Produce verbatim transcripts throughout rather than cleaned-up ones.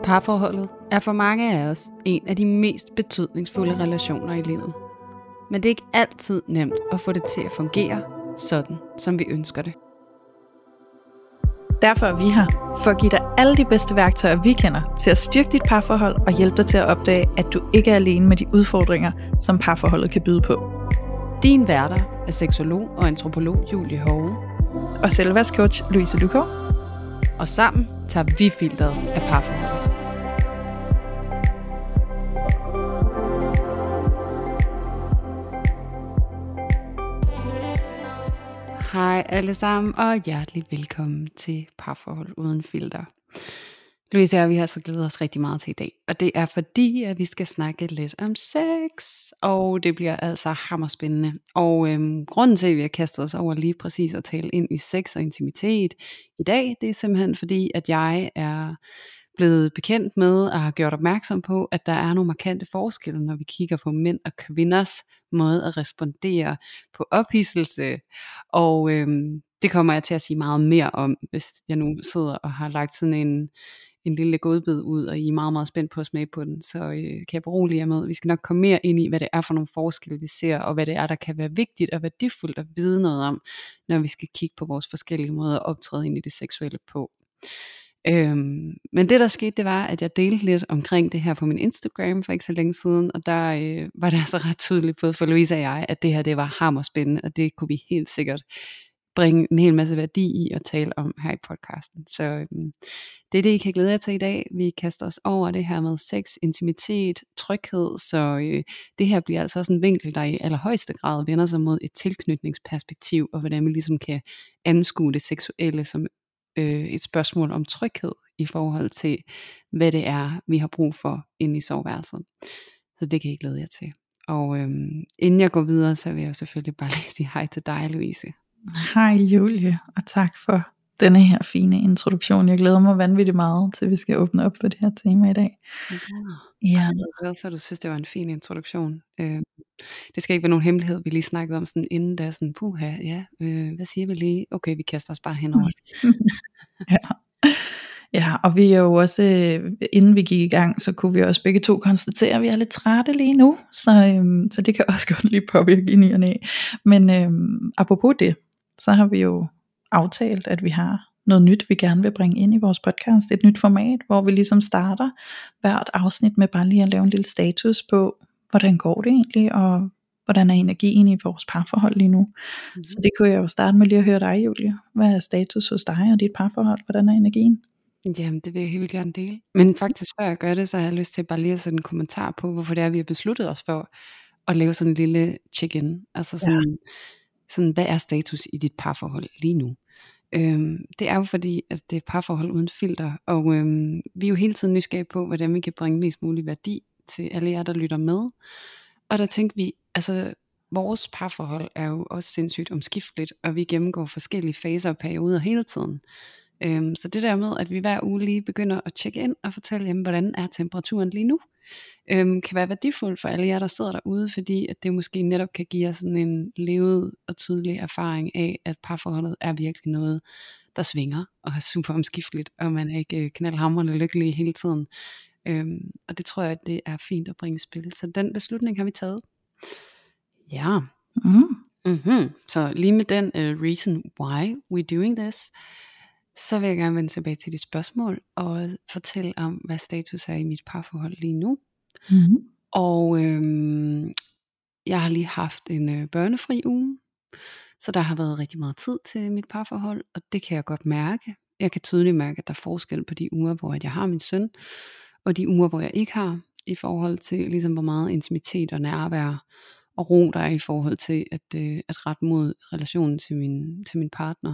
Parforholdet er for mange af os en af de mest betydningsfulde relationer i livet. Men det er ikke altid nemt at få det til at fungere sådan, som vi ønsker det. Derfor er vi her, for at give dig alle de bedste værktøjer, vi kender, til at styrke dit parforhold og hjælpe dig til at opdage, at du ikke er alene med de udfordringer, som parforholdet kan byde på. Din værter er seksolog og antropolog Julie Hove Og selvværdscoach Louise Lukov. Og sammen tager vi filteret af parforholdet. Hej alle sammen, og hjertelig velkommen til Parforhold Uden Filter. Louise og jeg, vi har så glædet os rigtig meget til i dag, og det er fordi, at vi skal snakke lidt om sex, og det bliver altså hammerspændende. Og øhm, grunden til, at vi har kastet os over lige præcis at tale ind i sex og intimitet i dag, det er simpelthen fordi, at jeg er blevet bekendt med og har gjort opmærksom på, at der er nogle markante forskelle, når vi kigger på mænd og kvinders måde at respondere på ophidselse. Og øhm, det kommer jeg til at sige meget mere om, hvis jeg nu sidder og har lagt sådan en, en lille godbid ud, og I er meget, meget spændt på at smage på den. Så øh, kan jeg berolige jer med, vi skal nok komme mere ind i, hvad det er for nogle forskelle, vi ser, og hvad det er, der kan være vigtigt og værdifuldt at vide noget om, når vi skal kigge på vores forskellige måder at optræde ind i det seksuelle på. Øhm, men det der skete, det var, at jeg delte lidt omkring det her på min Instagram for ikke så længe siden, og der øh, var det altså ret tydeligt både for Louise og jeg, at det her det var hammerspændende, og det kunne vi helt sikkert bringe en hel masse værdi i at tale om her i podcasten. Så øhm, det er det, I kan glæde jer til i dag. Vi kaster os over det her med sex, intimitet, tryghed, så øh, det her bliver altså også en vinkel, der i allerhøjeste grad vender sig mod et tilknytningsperspektiv, og hvordan vi ligesom kan anskue det seksuelle som et spørgsmål om tryghed i forhold til, hvad det er, vi har brug for inde i soveværelset. Så det kan I glæde jer til. Og øhm, inden jeg går videre, så vil jeg selvfølgelig bare lige sige hej til dig, Louise. Hej Julie, og tak for denne her fine introduktion. Jeg glæder mig vanvittigt meget til, at vi skal åbne op for det her tema i dag. Ja, ja. Jeg er glad for, at du synes, det var en fin introduktion. Øh, det skal ikke være nogen hemmelighed, vi lige snakkede om sådan inden der sådan, puha, ja, øh, hvad siger vi lige? Okay, vi kaster os bare henover det. ja. Ja, og vi er jo også, inden vi gik i gang, så kunne vi også begge to konstatere, at vi er lidt trætte lige nu, så, øhm, så det kan også godt lige påvirke i ny og næ. Men øhm, apropos det, så har vi jo aftalt, at vi har noget nyt, vi gerne vil bringe ind i vores podcast, et nyt format, hvor vi ligesom starter hvert afsnit med bare lige at lave en lille status på, hvordan går det egentlig, og hvordan er energien i vores parforhold lige nu. Mm-hmm. Så det kunne jeg jo starte med lige at høre dig, Julie. Hvad er status hos dig og dit parforhold? Hvordan er energien? Jamen, det vil jeg helt gerne dele. Men faktisk før jeg gør det, så har jeg lyst til bare lige at sætte en kommentar på, hvorfor det er, vi har besluttet os for at lave sådan en lille check-in. Altså sådan, ja. sådan hvad er status i dit parforhold lige nu? Øhm, det er jo fordi, at det er parforhold uden filter, og øhm, vi er jo hele tiden nysgerrige på, hvordan vi kan bringe mest mulig værdi til alle jer, der lytter med. Og der tænkte vi, altså vores parforhold er jo også sindssygt omskifteligt, og vi gennemgår forskellige faser og perioder hele tiden. Øhm, så det der med, at vi hver uge lige begynder at tjekke ind og fortælle, jamen, hvordan er temperaturen lige nu, øhm, kan være værdifuldt for alle jer, der sidder derude, fordi at det måske netop kan give jer sådan en levet og tydelig erfaring af, at parforholdet er virkelig noget, der svinger og er super omskifteligt, og man er ikke knaldhamrende lykkelig hele tiden. Øhm, og det tror jeg, at det er fint at bringe i spil. Så den beslutning har vi taget. Ja. Mm. Mm-hmm. Så lige med den uh, reason why we're doing this, så vil jeg gerne vende tilbage til dit spørgsmål og fortælle om, hvad status er i mit parforhold lige nu. Mm-hmm. Og øhm, jeg har lige haft en øh, børnefri uge, så der har været rigtig meget tid til mit parforhold, og det kan jeg godt mærke. Jeg kan tydeligt mærke, at der er forskel på de uger, hvor jeg har min søn, og de uger, hvor jeg ikke har, i forhold til ligesom, hvor meget intimitet og nærvær og ro der er i forhold til at, øh, at rette mod relationen til min, til min partner.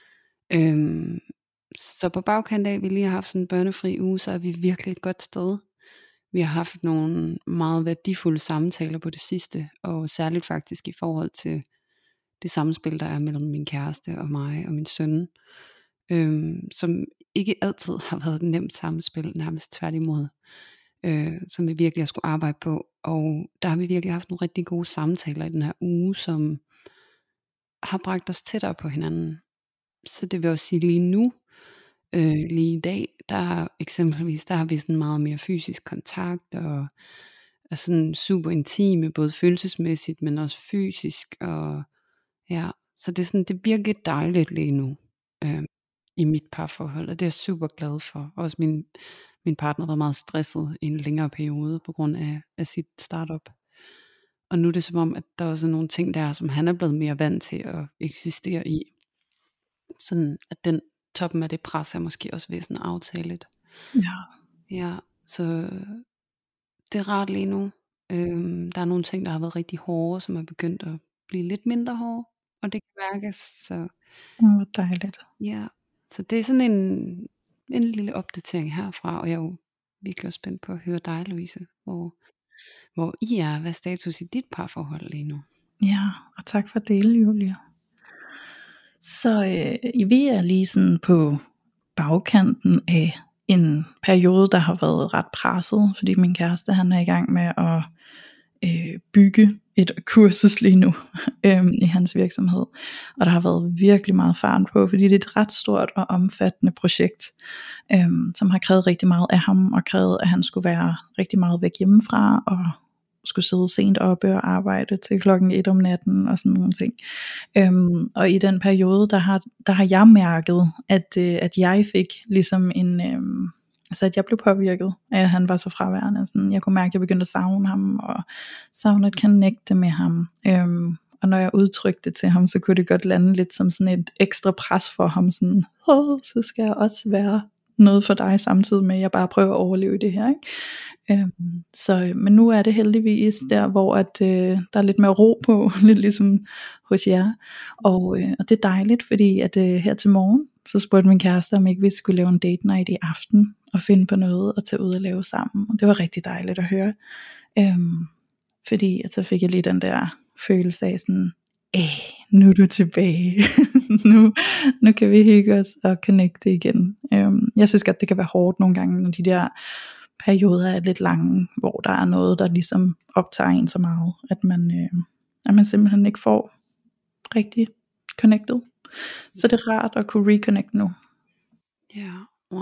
Øhm, så på bagkant af, at vi lige har haft sådan en børnefri uge, så er vi virkelig et godt sted. Vi har haft nogle meget værdifulde samtaler på det sidste, og særligt faktisk i forhold til det samspil, der er mellem min kæreste og mig og min søn, øhm, som ikke altid har været et nemt samspil, nærmest tværtimod, øh, som vi virkelig har skulle arbejde på. Og der har vi virkelig haft nogle rigtig gode samtaler i den her uge, som har bragt os tættere på hinanden. Så det vil også sige lige nu, Øh, lige i dag, der eksempelvis, der har vi sådan meget mere fysisk kontakt, og er sådan super intime, både følelsesmæssigt, men også fysisk, og ja, så det er sådan, det virker dejligt lige nu, øh, i mit parforhold, og det er jeg super glad for. Også min, min partner var meget stresset i en længere periode, på grund af, af sit startup. Og nu er det som om, at der også er nogle ting der, som han er blevet mere vant til at eksistere i. Sådan at den toppen af det pres er måske også ved sådan at aftale lidt. Ja. Ja, så det er rart lige nu. Øhm, der er nogle ting, der har været rigtig hårde, som er begyndt at blive lidt mindre hårde, og det kan mærkes. Så Åh, hvor dejligt. ja, så det er sådan en, en lille opdatering herfra, og jeg er jo virkelig også spændt på at høre dig, Louise, hvor, hvor I er. Hvad er status i dit parforhold lige nu? Ja, og tak for det, Julia. Så øh, vi er lige sådan på bagkanten af en periode, der har været ret presset, fordi min kæreste, han er i gang med at øh, bygge et kursus lige nu øh, i hans virksomhed, og der har været virkelig meget fart på, fordi det er et ret stort og omfattende projekt, øh, som har krævet rigtig meget af ham, og krævet, at han skulle være rigtig meget væk hjemmefra, og skulle sidde sent oppe og arbejde til klokken et om natten og sådan nogle ting. Øhm, og i den periode, der har, der har jeg mærket, at, øh, at jeg fik ligesom en, øhm, altså at jeg blev påvirket af, at han var så fraværende. Sådan, jeg kunne mærke, at jeg begyndte at savne ham, og savne at connecte med ham. Øhm, og når jeg udtrykte det til ham, så kunne det godt lande lidt som sådan et ekstra pres for ham. Sådan, åh, så skal jeg også være noget for dig, samtidig med at jeg bare prøver at overleve i det her, ikke? Øhm, så, men nu er det heldigvis der, hvor at, øh, der er lidt mere ro på, lidt ligesom hos jer, og, øh, og det er dejligt, fordi at øh, her til morgen, så spurgte min kæreste, om ikke vi skulle lave en date night i aften, og finde på noget at tage ud og lave sammen, og det var rigtig dejligt at høre, øhm, fordi at så fik jeg lige den der følelse af sådan, æh, nu er du tilbage, nu, nu kan vi hygge os og connecte igen. øhm, jeg synes godt, det kan være hårdt nogle gange, når de der perioder er lidt lange, hvor der er noget, der ligesom optager en så meget, at man, øh, at man simpelthen ikke får rigtig connected. Så det er rart at kunne reconnect nu. Ja, wow.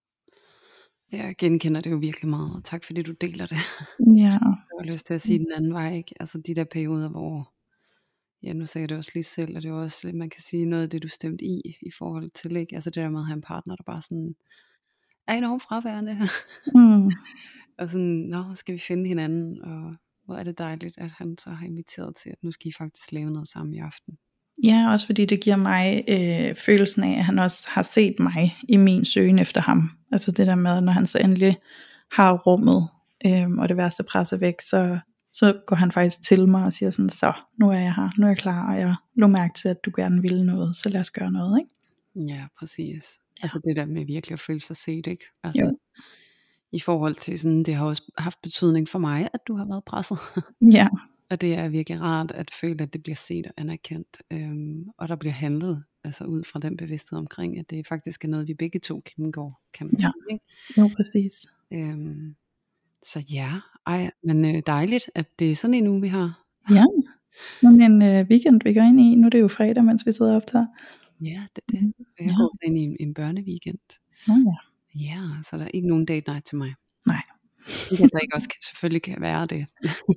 Jeg genkender det jo virkelig meget, og tak fordi du deler det. Ja. Jeg har lyst til at sige den anden vej, ikke? Altså de der perioder, hvor, ja, nu sagde jeg det også lige selv, og det er også, man kan sige noget af det, du stemte i, i forhold til, ikke? Altså det der med at have en partner, der bare sådan er enormt fraværende. Mm. Og sådan, nå, skal vi finde hinanden, og hvor er det dejligt, at han så har inviteret til, at nu skal I faktisk lave noget sammen i aften. Ja, også fordi det giver mig øh, følelsen af, at han også har set mig i min søgen efter ham. Altså det der med, når han så endelig har rummet, øh, og det værste presser væk, så, så går han faktisk til mig og siger sådan, så nu er jeg her, nu er jeg klar, og jeg lå mærke til, at du gerne ville noget, så lad os gøre noget, ikke? Ja, præcis. Ja. Altså det der med virkelig at føle sig set, ikke? Altså Jo. i forhold til sådan, det har også haft betydning for mig, at du har været presset. Ja. Og det er virkelig rart at føle, at det bliver set og anerkendt, øhm, og der bliver handlet, altså ud fra den bevidsthed omkring, at det faktisk er noget, vi begge to gennemgår, kan man Ja. sige, ikke? Jo, præcis. Øhm, så ja, ej, men øh, dejligt, at det er sådan en uge, vi har. Ja, men en øh, weekend vi går ind i, nu er det jo fredag, mens vi sidder og optager. Ja, det er det. Mm, Jeg ja. går så ind i en, en børneweekend. Nå ja. Ja, så der er ikke nogen date night til mig. Nej. Ikke at der ikke også kan, selvfølgelig kan være det.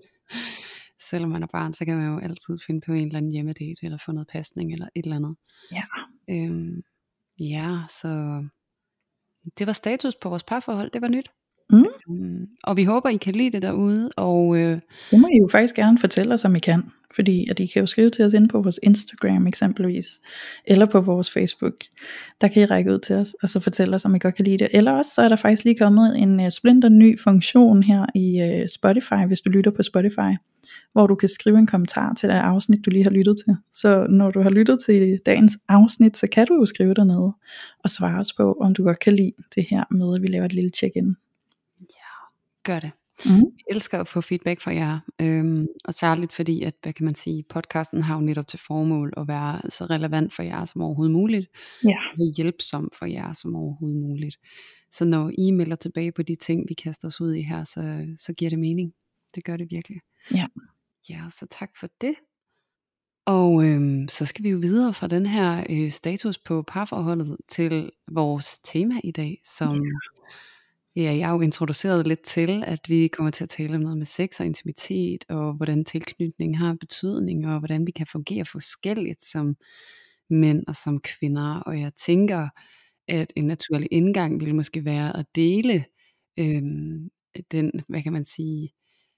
Selvom man er barn, så kan man jo altid finde på en eller anden hjemmedate, eller få noget pasning, eller et eller andet. Ja. Øhm, ja, så det var status på vores parforhold, det var nyt. Mm. Øhm, og vi håber, I kan lide det derude, og øh, Det må I jo faktisk gerne fortælle os, om I kan. Fordi at I kan jo skrive til os inde på vores Instagram eksempelvis, eller på vores Facebook. Der kan I række ud til os, og så fortælle os, om I godt kan lide det. Eller også så er der faktisk lige kommet en uh, splinter ny funktion her i uh, Spotify, hvis du lytter på Spotify, hvor du kan skrive en kommentar til det afsnit, du lige har lyttet til. Så når du har lyttet til dagens afsnit, så kan du jo skrive dernede og svare os på, om du godt kan lide det her med, at vi laver et lille check-in. gør det. Mm. Jeg elsker at få feedback fra jer, øhm, og særligt fordi, at, hvad kan man sige, podcasten har jo netop til formål at være så relevant for jer som overhovedet muligt, Ja. så hjælpsom for jer som overhovedet muligt. Så når I melder tilbage på de ting, vi kaster os ud i her, så, så giver det mening. Det gør det virkelig. Ja. Ja, så tak for det. Og øhm, så skal vi jo videre fra den her øh, status på parforholdet til vores tema i dag, som ja, jeg har jo introduceret lidt til, at vi kommer til at tale om noget med sex og intimitet, og hvordan tilknytning har betydning, og hvordan vi kan fungere forskelligt som mænd og som kvinder. Og jeg tænker, at en naturlig indgang ville måske være at dele øhm, den, hvad kan man sige,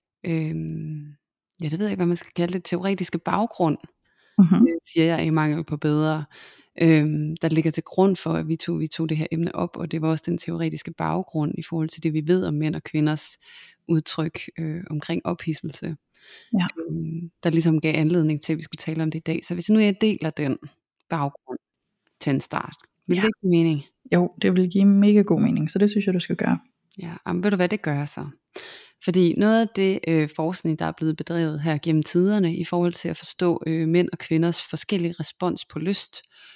øhm, ja, det ved jeg ikke, hvad man skal kalde det, teoretiske baggrund, Mm-hmm. øh, siger jeg i mangel på bedre, øhm, der ligger til grund for, at vi tog, vi tog det her emne op, og det var også den teoretiske baggrund i forhold til det, vi ved om mænd og kvinders udtryk øh, omkring ophidselse, Ja. øhm, der ligesom gav anledning til, at vi skulle tale om det i dag. Så hvis nu jeg deler den baggrund til en start, vil Ja. det ikke give mening? Jo, det vil give mega god mening, så det synes jeg, du skal gøre. Ja, men ved du hvad, det gør jeg så. Fordi noget af det øh, forskning, der er blevet bedrevet her gennem tiderne, i forhold til at forstå øh, mænd og kvinders forskellige respons på lyst,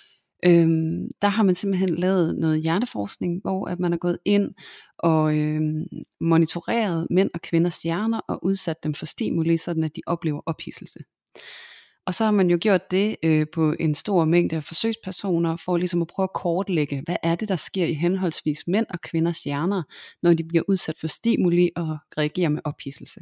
øh, der har man simpelthen lavet noget hjerneforskning, hvor at man er gået ind og øh, monitoreret mænd og kvinders hjerner, og udsat dem for stimuli, sådan at de oplever ophidselse. Og så har man jo gjort det øh, på en stor mængde af forsøgspersoner, for ligesom at prøve at kortlægge, hvad er det, der sker i henholdsvis mænd og kvinders hjerner, når de bliver udsat for stimuli og reagerer med ophidselse.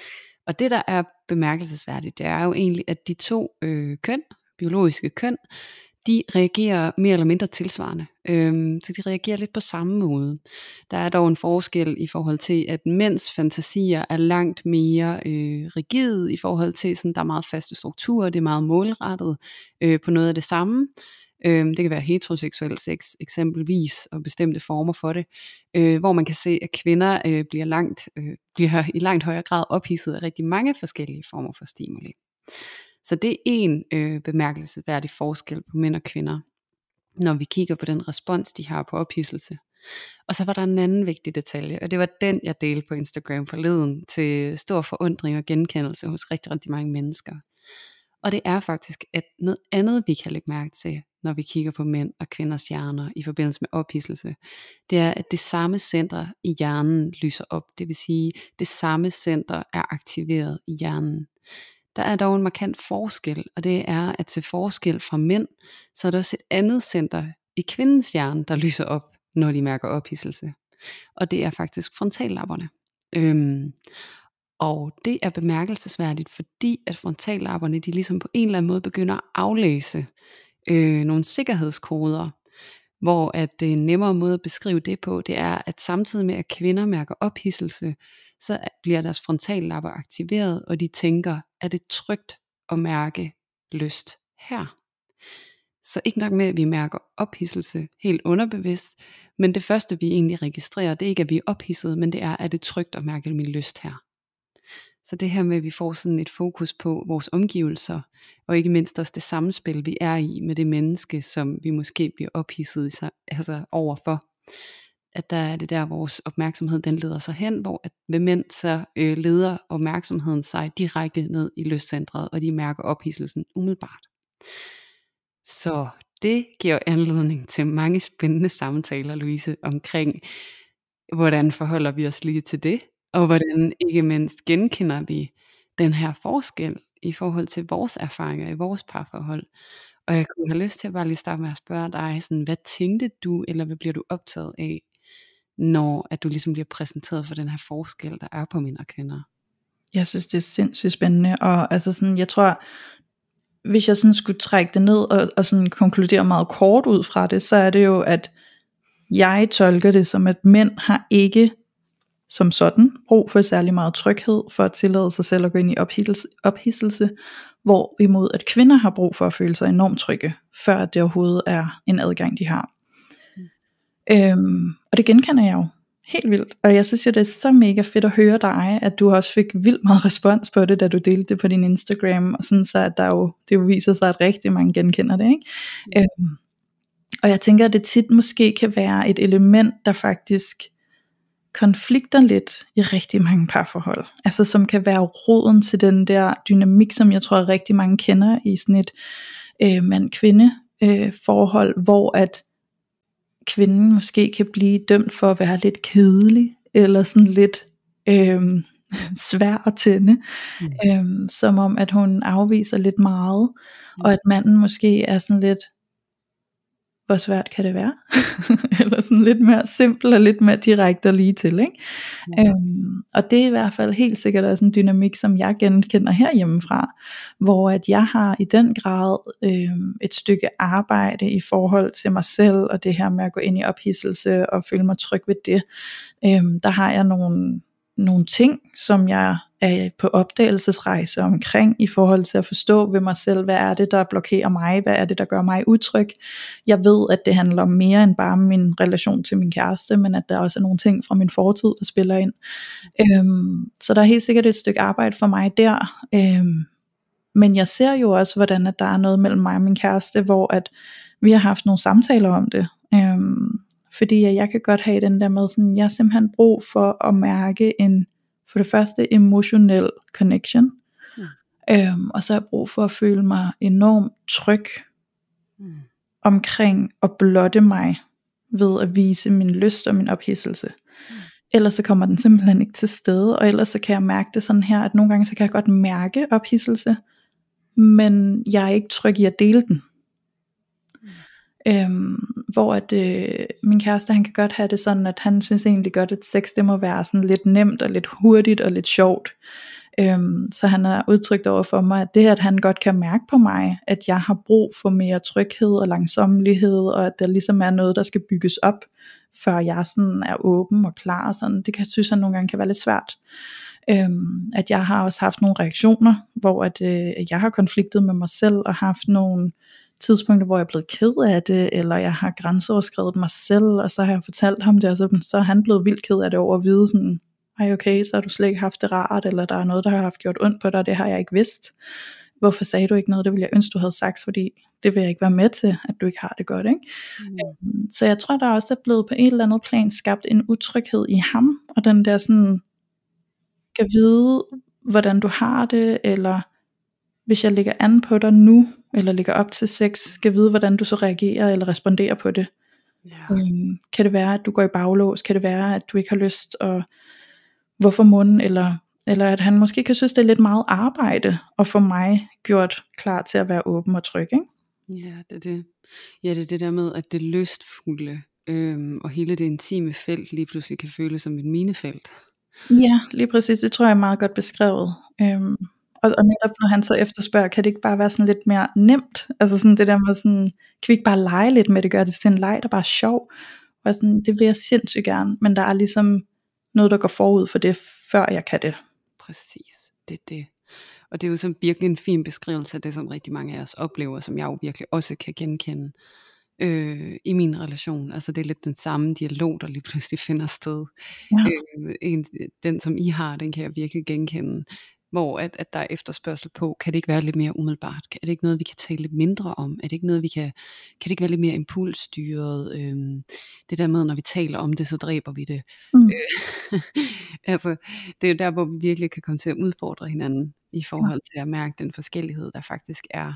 Og det, der er bemærkelsesværdigt, det er jo egentlig, at de to øh, køn, biologiske køn, de reagerer mere eller mindre tilsvarende. Øhm, så de reagerer lidt på samme måde. Der er dog en forskel i forhold til, at mænds fantasier er langt mere øh, rigide i forhold til, sådan, der er meget faste strukturer, det er meget målrettet øh, på noget af det samme. Øhm, det kan være heteroseksuel sex eksempelvis, og bestemte former for det, øh, hvor man kan se, at kvinder øh, bliver, langt, øh, bliver i langt højere grad ophidset af rigtig mange forskellige former for stimuli. Så det er en øh, bemærkelsesværdig forskel på mænd og kvinder, når vi kigger på den respons, de har på ophidselse. Og så var der en anden vigtig detalje, og det var den, jeg delte på Instagram forleden, til stor forundring og genkendelse hos rigtig, rigtig mange mennesker. Og det er faktisk, at noget andet, vi kan lægge mærke til, når vi kigger på mænd og kvinders hjerner i forbindelse med ophidselse, det er, at det samme center i hjernen lyser op. Det vil sige, det samme center er aktiveret i hjernen. Der er dog en markant forskel, og det er, at til forskel fra mænd, så er der også et andet center i kvindens hjerne, der lyser op, når de mærker ophidselse. Og det er faktisk frontallapperne. Øhm, og det er bemærkelsesværdigt, fordi at frontallapperne, de ligesom på en eller anden måde begynder at aflæse øh, nogle sikkerhedskoder, hvor at det er en nemmere måde at beskrive det på, det er, at samtidig med at kvinder mærker ophidselse, så bliver deres frontallapper aktiveret, og de tænker, er det trygt at mærke lyst her? Så ikke nok med, at vi mærker ophidselse helt underbevidst, men det første, vi egentlig registrerer, det er ikke, at vi er ophidset, men det er, at det er trygt at mærke min lyst her. Så det her med, at vi får sådan et fokus på vores omgivelser, og ikke mindst også det samspil, vi er i med det menneske, som vi måske bliver ophidset altså overfor. At der er det der, vores opmærksomhed den leder sig hen, hvor at ved mænd så øh, leder opmærksomheden sig direkte ned i lystcentret, og de mærker ophidselsen umiddelbart. Så det giver anledning til mange spændende samtaler, Louise, omkring hvordan forholder vi os lige til det, og hvordan ikke mindst genkender vi den her forskel i forhold til vores erfaringer i vores parforhold. Og jeg kunne have lyst til at bare lige starte med at spørge dig, sådan, hvad tænkte du, eller hvad bliver du optaget af, når at du ligesom bliver præsenteret for den her forskel, der er på mænd og kvinder? Jeg synes, det er sindssygt spændende, og altså sådan, jeg tror, hvis jeg sådan skulle trække det ned og, og sådan konkludere meget kort ud fra det, så er det jo, at jeg tolker det som, at mænd har ikke som sådan brug for særlig meget tryghed for at tillade sig selv at gå ind i ophidselse, ophidselse hvorimod at kvinder har brug for at føle sig enormt trygge, før det overhovedet er en adgang, de har. Mm. Øhm, og det genkender jeg jo helt vildt, og jeg synes jo, det er så mega fedt at høre dig, at du også fik vildt meget respons på det, da du delte det på din Instagram, og sådan så, at der jo, det jo viser sig, at rigtig mange genkender det, ikke? Mm. Øhm, og jeg tænker, at det tit måske kan være et element, der faktisk konflikter lidt i rigtig mange parforhold, altså som kan være roden til den der dynamik, som jeg tror rigtig mange kender i sådan et øh, mand-kvinde øh, forhold, hvor at kvinden måske kan blive dømt for at være lidt kedelig, eller sådan lidt øh, svær at tænde, Mm. øhm, som om at hun afviser lidt meget, Mm. og at manden måske er sådan lidt, hvor svært kan det være? Eller sådan lidt mere simpel og lidt mere direkte og lige til, ikke? Ja. Øhm, og det er i hvert fald helt sikkert også en dynamik, som jeg genkender herhjemmefra, hvor at jeg har i den grad øhm, et stykke arbejde i forhold til mig selv, og det her med at gå ind i ophidselse og føle mig tryg ved det. Øhm, der har jeg nogle nogle ting, som jeg er på opdagelsesrejse omkring, i forhold til at forstå ved mig selv, hvad er det, der blokerer mig, hvad er det, der gør mig utryg. Jeg ved, at det handler om mere end bare min relation til min kæreste, men at der også er nogle ting fra min fortid, der spiller ind. Øhm, så der er helt sikkert et stykke arbejde for mig der. Øhm, men jeg ser jo også, hvordan at der er noget mellem mig og min kæreste, hvor at vi har haft nogle samtaler om det. Øhm, Fordi jeg kan godt have den der med sådan, jeg har simpelthen brug for at mærke en, for det første, emotionel connection. Mm. Øhm, og så har jeg brug for at føle mig enormt tryg mm. omkring at blotte mig ved at vise min lyst og min ophidselse. Mm. Ellers så kommer den simpelthen ikke til stede, og ellers så kan jeg mærke det sådan her, at nogle gange så kan jeg godt mærke ophidselse, men jeg er ikke tryg i at dele den. Øhm, hvor at øh, min kæreste, han kan godt have det sådan, at han synes egentlig godt, at sex det må være sådan lidt nemt og lidt hurtigt og lidt sjovt. Øhm, så han har udtrykt over for mig, at det at han godt kan mærke på mig, at jeg har brug for mere tryghed og langsommelighed, og at der ligesom er noget, der skal bygges op, før jeg sådan er åben og klar og sådan. Det kan, synes han nogle gange kan være lidt svært. Øhm, at jeg har også haft nogle reaktioner, hvor at, øh, jeg har konfliktet med mig selv og haft nogle tidspunkter, hvor jeg er blevet ked af det, eller jeg har grænseoverskredet mig selv, og så har jeg fortalt ham det, og så, så er han blevet vildt ked af det over at vide sådan, ej okay, så har du slet ikke haft det rart, eller der er noget, der har haft gjort ondt på dig, det har jeg ikke vidst. Hvorfor sagde du ikke noget? Det ville jeg ønske, du havde sagt, fordi det vil jeg ikke være med til, at du ikke har det godt, ikke? Mm. Så jeg tror, der også er blevet på et eller andet plan skabt en utryghed i ham, og den der sådan, kan vide, hvordan du har det, eller hvis jeg lægger an på dig nu, eller lægger op til sex, skal vide, hvordan du så reagerer eller responderer på det. Ja. Øhm, kan det være, at du går i baglås? Kan det være, at du ikke har lyst? Og hvorfor munden? Eller, eller at han måske kan synes, det er lidt meget arbejde, og få mig gjort klar til at være åben og tryg, ikke? Ja, det er det. Ja, det er det der med, at det lystfulde øhm, og hele det intime felt lige pludselig kan føles som et minefelt. Ja, lige præcis. Det tror jeg er meget godt beskrevet. Øhm, Og, og netop når han så efterspørger, kan det ikke bare være sådan lidt mere nemt? Altså sådan det der med sådan, kan vi ikke bare lege lidt med det, gøre det til en leg, der bare er sjov? Og sådan, det vil jeg sindssygt gerne, men der er ligesom noget, der går forud for det, før jeg kan det. Præcis, det er det. Og det er jo så virkelig en fin beskrivelse af det, som rigtig mange af os oplever, som jeg jo virkelig også kan genkende øh, i min relation. Altså det er lidt den samme dialog, der lige pludselig finder sted. Ja. Øh, en, den som I har, den kan jeg virkelig genkende. Hvor at, at der er efterspørgsel på, kan det ikke være lidt mere umiddelbart? Er det ikke noget, vi kan tale lidt mindre om? Er det ikke noget, vi kan, kan det ikke være lidt mere impulsstyret? Øhm, det der med, når vi taler om det, så dræber vi det. Mm. Øh, altså, det er jo der, hvor vi virkelig kan komme til at udfordre hinanden, i forhold til at mærke den forskellighed, der faktisk er.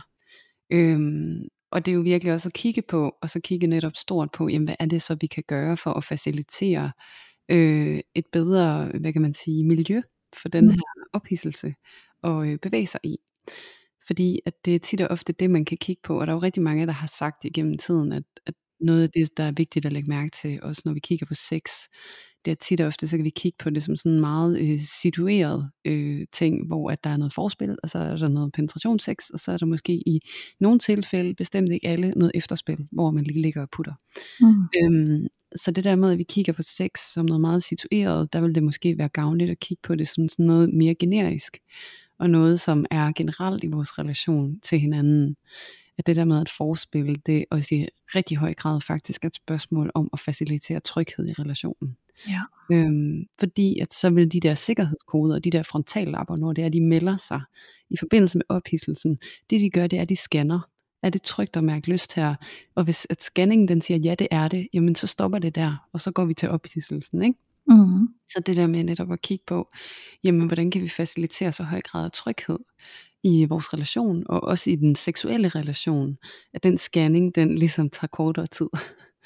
Øhm, og det er jo virkelig også at kigge på, og så kigge netop stort på, jamen hvad er det så, vi kan gøre for at facilitere øh, et bedre, hvad kan man sige, miljø for den her ophidselse og øh, bevæge sig i. Fordi at det er tit og ofte det, man kan kigge på, og der er jo rigtig mange, der har sagt igennem tiden, at, at noget af det, der er vigtigt at lægge mærke til, også når vi kigger på sex, det er tit og ofte, så kan vi kigge på det som sådan en meget øh, situeret øh, ting, hvor at der er noget forspil, og så er der noget penetrationssex, og så er der måske i nogle tilfælde, bestemt ikke alle, noget efterspil, hvor man lige ligger og putter. Mm. Øhm, så det der med, at vi kigger på sex som noget meget situeret, der vil det måske være gavnligt at kigge på det som sådan noget mere generisk, og noget som er generelt i vores relation til hinanden. At det der med at forspille, det er også i rigtig høj grad faktisk et spørgsmål om at facilitere tryghed i relationen. Ja. Øhm, fordi at så vil de der sikkerhedskoder, de der frontallapper, når det er, de melder sig i forbindelse med ophidselsen, det de gør, det er, at de scanner. Er det trygt at mærke lyst her? Og hvis at scanningen den siger, ja det er det, jamen så stopper det der, og så går vi til ophidselsen, ikke? Mm. Så det der med netop at kigge på, jamen hvordan kan vi facilitere så høj grad af tryghed i vores relation, og også i den seksuelle relation, at den scanning, den ligesom tager kortere tid. Ja.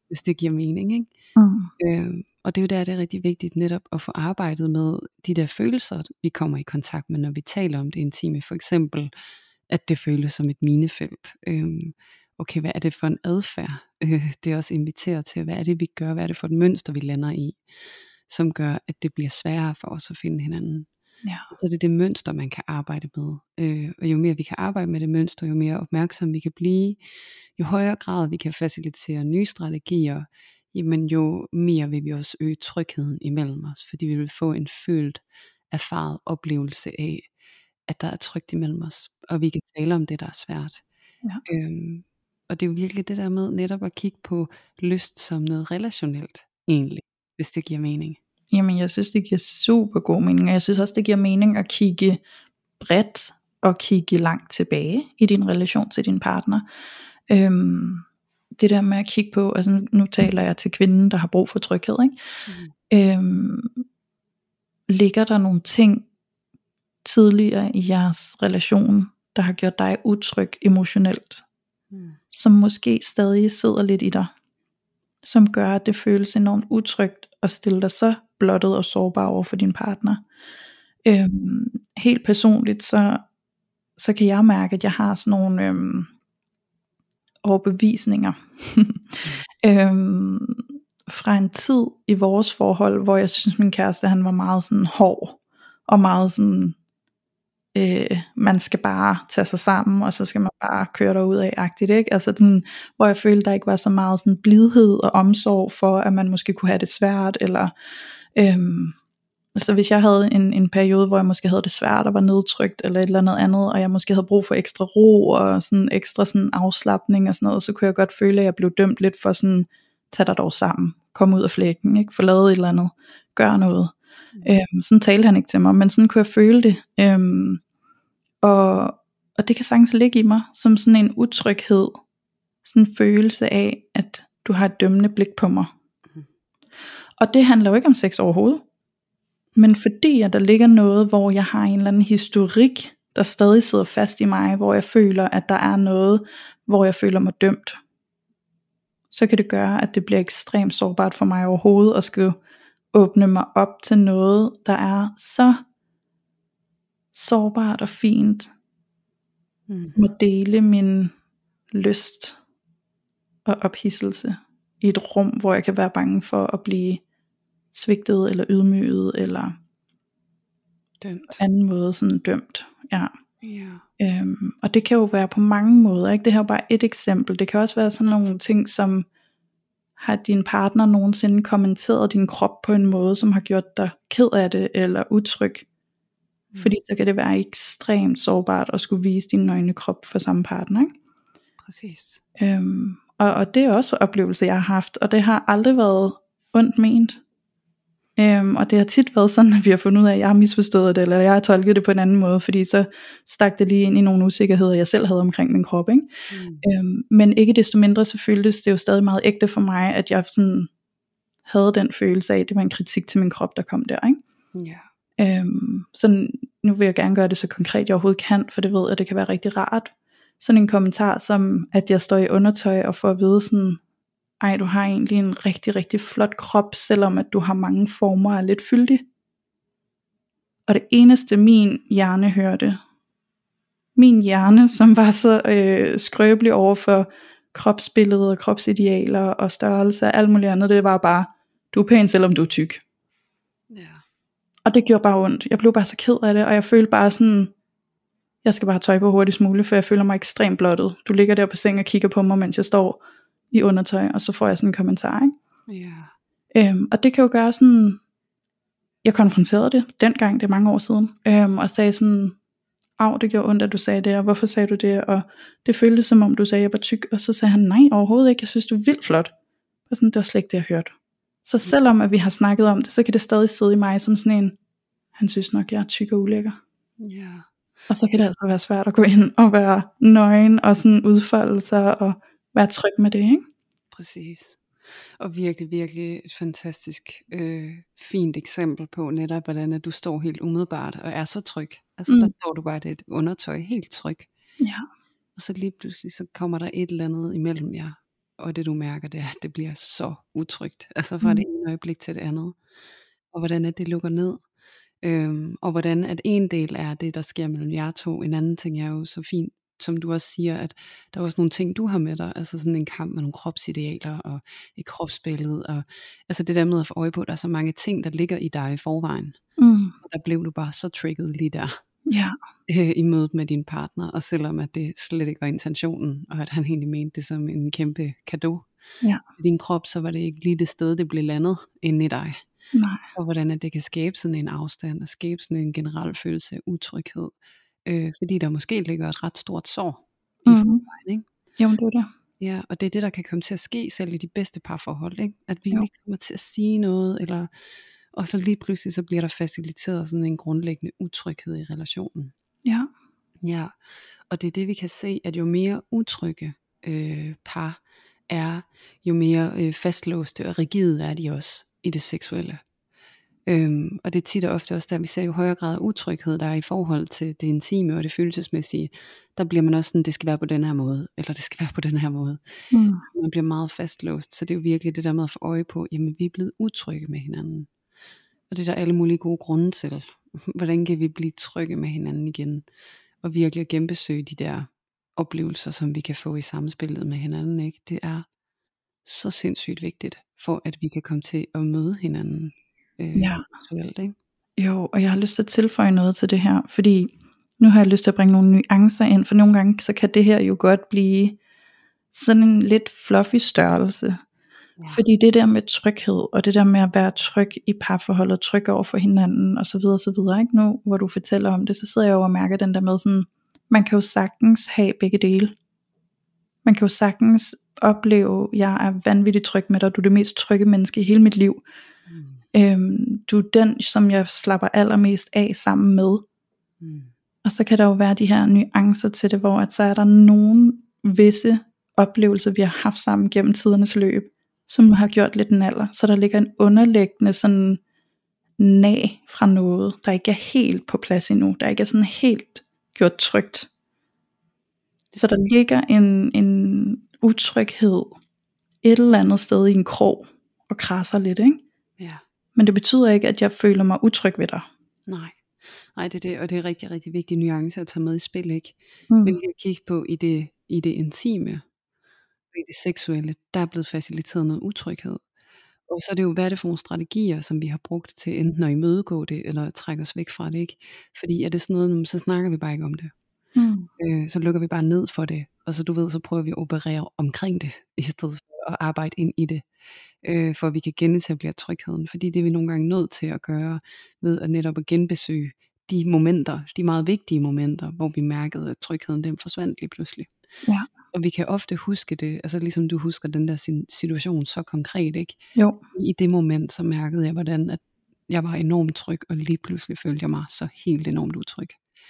hvis det giver mening, ikke? Mm. Øh, og det er jo der, det er rigtig vigtigt netop at få arbejdet med de der følelser, vi kommer i kontakt med, når vi taler om det intime. For eksempel, at det føles som et minefelt. Øh, okay, hvad er det for en adfærd? Øh, det også inviterer til, hvad er det, vi gør? Hvad er det for et mønster, vi lander i, som gør, at det bliver sværere for os at finde hinanden? Ja. Så det er det mønster, man kan arbejde med. Øh, og jo mere vi kan arbejde med det mønster, jo mere opmærksom vi kan blive, jo højere grad vi kan facilitere nye strategier, jamen jo mere vil vi også øge trygheden imellem os, fordi vi vil få en følt, erfaret oplevelse af, at der er trygt imellem os, og vi kan tale om det, der er svært. Ja. Øhm, og det er jo virkelig det der med netop at kigge på lyst som noget relationelt, egentlig, hvis det giver mening. Jamen jeg synes det giver super god mening, og jeg synes også det giver mening at kigge bredt og kigge langt tilbage i din relation til din partner. Øhm, det der med at kigge på, altså nu, nu taler jeg til kvinden der har brug for tryghed, ikke? Mm. Øhm, ligger der nogle ting tidligere i jeres relation der har gjort dig utryg emotionelt, mm. som måske stadig sidder lidt i dig, som gør at det føles enormt utrygt at stille dig så blottet og sårbar over for din partner. Øhm, helt personligt så, så kan jeg mærke at jeg har sådan nogle øhm, overbevisninger øhm, fra en tid i vores forhold, hvor jeg synes min kæreste han var meget sådan hård og meget sådan øh, man skal bare tage sig sammen, og så skal man bare køre derud af agtigt, ikke? Altså sådan, hvor jeg følte der ikke var så meget sådan blidhed og omsorg for at man måske kunne have det svært, eller øhm, så hvis jeg havde en, en periode hvor jeg måske havde det svært og var nedtrykt eller et eller andet andet, og jeg måske havde brug for ekstra ro og sådan ekstra sådan afslapning og sådan noget, så kunne jeg godt føle at jeg blev dømt lidt for sådan, tag dig dog sammen, kom ud af flækken, ikke? Få lavet et eller andet, gør noget. mm. øhm, sådan talte han ikke til mig, men sådan kunne jeg føle det. øhm, og, og det kan sagtens ligge i mig som sådan en utryghed, sådan en følelse af at du har et dømmende blik på mig. mm. Og det handler jo ikke om sex overhovedet, men fordi at der ligger noget hvor jeg har en eller anden historik der stadig sidder fast i mig, hvor jeg føler at der er noget hvor jeg føler mig dømt, så kan det gøre at det bliver ekstremt sårbart for mig overhovedet at skulle åbne mig op til noget der er så sårbart og fint, mm. som at dele min lyst og ophidselse i et rum hvor jeg kan være bange for at blive svigtet eller ydmyget eller dømt. På anden måde sådan dømt. Ja. Ja. Øhm, og det kan jo være på mange måder, ikke? Det her er jo bare et eksempel. Det kan også være sådan nogle ting som, har din partner nogensinde kommenteret din krop på en måde som har gjort dig ked af det eller utryg? Mm. Fordi så kan det være ekstremt sårbart at skulle vise din nøgne krop for samme partner, ikke? Præcis. Øhm, og, og det er også oplevelser jeg har haft, og det har aldrig været ondt ment. Øhm, og det har tit været sådan at vi har fundet ud af at jeg har misforstået det, eller jeg har tolket det på en anden måde, fordi så stak det lige ind i nogle usikkerheder jeg selv havde omkring min krop, ikke? Mm. Øhm, men ikke desto mindre så føltes det jo stadig meget ægte for mig at jeg sådan havde den følelse af at det var en kritik til min krop der kom der, ikke? Yeah. Øhm, så nu vil jeg gerne gøre det så konkret jeg overhovedet kan, for det ved jeg at det kan være rigtig rart. Sådan en kommentar som at jeg står i undertøj og får at vide sådan, ej, du har egentlig en rigtig, rigtig flot krop, selvom at du har mange former og er lidt fyldig. Og det eneste min hjerne hørte, min hjerne, som var så øh, skrøbelig over for kropsbilleder og kropsidealer og størrelse og alt muligt andet, det var bare, du er pæn, selvom du er tyk. Ja. Og det gjorde bare ondt. Jeg blev bare så ked af det, og jeg følte bare sådan, jeg skal bare have tøj på hurtigst muligt, for jeg føler mig ekstremt blottet. Du ligger der på sengen og kigger på mig, mens jeg står i undertøj, og så får jeg sådan en kommentar, ikke? Yeah. Øhm, og det kan jo gøre sådan, jeg konfronterede det dengang, det er mange år siden, øhm, og sagde sådan, au, det gjorde ondt at du sagde det, og hvorfor sagde du det, og det føltes som om du sagde at jeg var tyk, og så sagde han, nej overhovedet ikke, jeg synes du er vildt flot, og sådan, det var slet ikke det jeg hørte. Så selvom at vi har snakket om det, så kan det stadig sidde i mig som sådan en, han synes nok jeg er tyk og ulækker. Yeah. Og så kan det altså være svært at gå ind og være nøgen og sådan udfolde sig og være tryg med det, ikke? Præcis. Og virkelig, virkelig et fantastisk øh, fint eksempel på netop, hvordan at du står helt umiddelbart og er så tryg. Altså mm. der står du bare, det er et undertøj, helt tryg. Ja. Og så lige pludselig, så kommer der et eller andet imellem jer. og det du mærker, det er, at det bliver så utrygt, altså fra det Mm. ene øjeblik til det andet, og hvordan at det lukker ned, øhm, og hvordan at en del er det, der sker mellem jer to, en anden ting er jo så fint, som du også siger, at der er også nogle ting, du har med dig, altså sådan en kamp med nogle kropsidealer, og et kropsbillede, og altså det der med at få øje på, at der er så mange ting, der ligger i dig i forvejen, Mm. og der blev du bare så trigget lige der, Ja. øh, i mødet med din partner, og selvom at det slet ikke var intentionen, og at han egentlig mente det som en kæmpe cadeau Ja. i din krop, så var det ikke lige det sted, det blev landet inde i dig, Nej. og hvordan at det kan skabe sådan en afstand, og skabe sådan en generel følelse af utryghed, øh, fordi der måske ligger et ret stort sår i Mm. forvejen, ikke? Jo, det er det. Ja, og det er det, der kan komme til at ske selv i de bedste parforhold, ikke? At vi Jo. lige kommer til at sige noget, eller, og så lige pludselig så bliver der faciliteret sådan en grundlæggende utryghed i relationen. Ja. Ja, og det er det vi kan se, at jo mere utrygge øh, par er, jo mere øh, fastlåste og rigide er de også i det seksuelle. Øhm, og det er tit og ofte også der vi ser jo højere grad af utryghed der er i forhold til det intime og det følelsesmæssige, der bliver man også sådan, det skal være på den her måde, eller det skal være på den her måde, Mm. man bliver meget fastlåst, så det er jo virkelig det der med at få øje på, jamen vi er blevet utrygge med hinanden, og det er der alle mulige gode grunde til, hvordan kan vi blive trygge med hinanden igen, og virkelig genbesøge de der oplevelser, som vi kan få i samspillet med hinanden, ikke? Det er så sindssygt vigtigt, for at vi kan komme til at møde hinanden øh, Ja. seksuelt, ikke? Jo, og jeg har lyst til at tilføje noget til det her, fordi nu har jeg lyst til at bringe nogle nuancer ind, for nogle gange så kan det her jo godt blive sådan en lidt fluffy størrelse. Ja. Fordi det der med tryghed, og det der med at være tryg i parforholdet, tryg over for hinanden, og så videre, og så videre, ikke? Nu hvor du fortæller om det, så sidder jeg jo og mærker den der med sådan, man kan jo sagtens have begge dele. Man kan jo sagtens opleve, jeg er vanvittigt tryg med dig, du er det mest trygge menneske i hele mit liv. Mm. Øhm, du er den, som jeg slapper allermest af sammen med. Mm. Og så kan der jo være de her nuancer til det, hvor at så er der nogle visse oplevelser, vi har haft sammen gennem tidernes løb, som har gjort lidt en alder. Så der ligger en underliggende sådan nag fra noget, der ikke er helt på plads endnu, der ikke er sådan helt gjort trygt. Så der ligger en, en utryghed et eller andet sted i en krog og krasser lidt, ikke? Ja. Men det betyder ikke, at jeg føler mig utryg ved dig. Nej. Nej, det er det, og det er rigtig, rigtig vigtige nuancer at tage med i spil, ikke? Mm. Men lige at kigge på i det, i det intime, og i det seksuelle, der er blevet faciliteret noget utryghed. Og så er det jo, hvad er det for nogle strategier, som vi har brugt til enten at imødegå det, eller trække os væk fra det, ikke? Fordi er det sådan noget, så snakker vi bare ikke om det. Mm. Øh, så lukker vi bare ned for det, og så du ved, så prøver vi at operere omkring det, i stedet for at arbejde ind i det, øh, for at vi kan genetablere trygheden, fordi det er vi nogle gange nødt til at gøre, ved at netop at genbesøge de momenter, de meget vigtige momenter, hvor vi mærkede, at trygheden den forsvandt lige pludselig. Ja. Og vi kan ofte huske det, altså ligesom du husker den der sin situation så konkret, ikke? Jo. I det moment, så mærkede jeg, hvordan at jeg var enormt tryg, og lige pludselig følte jeg mig så helt enormt utryg.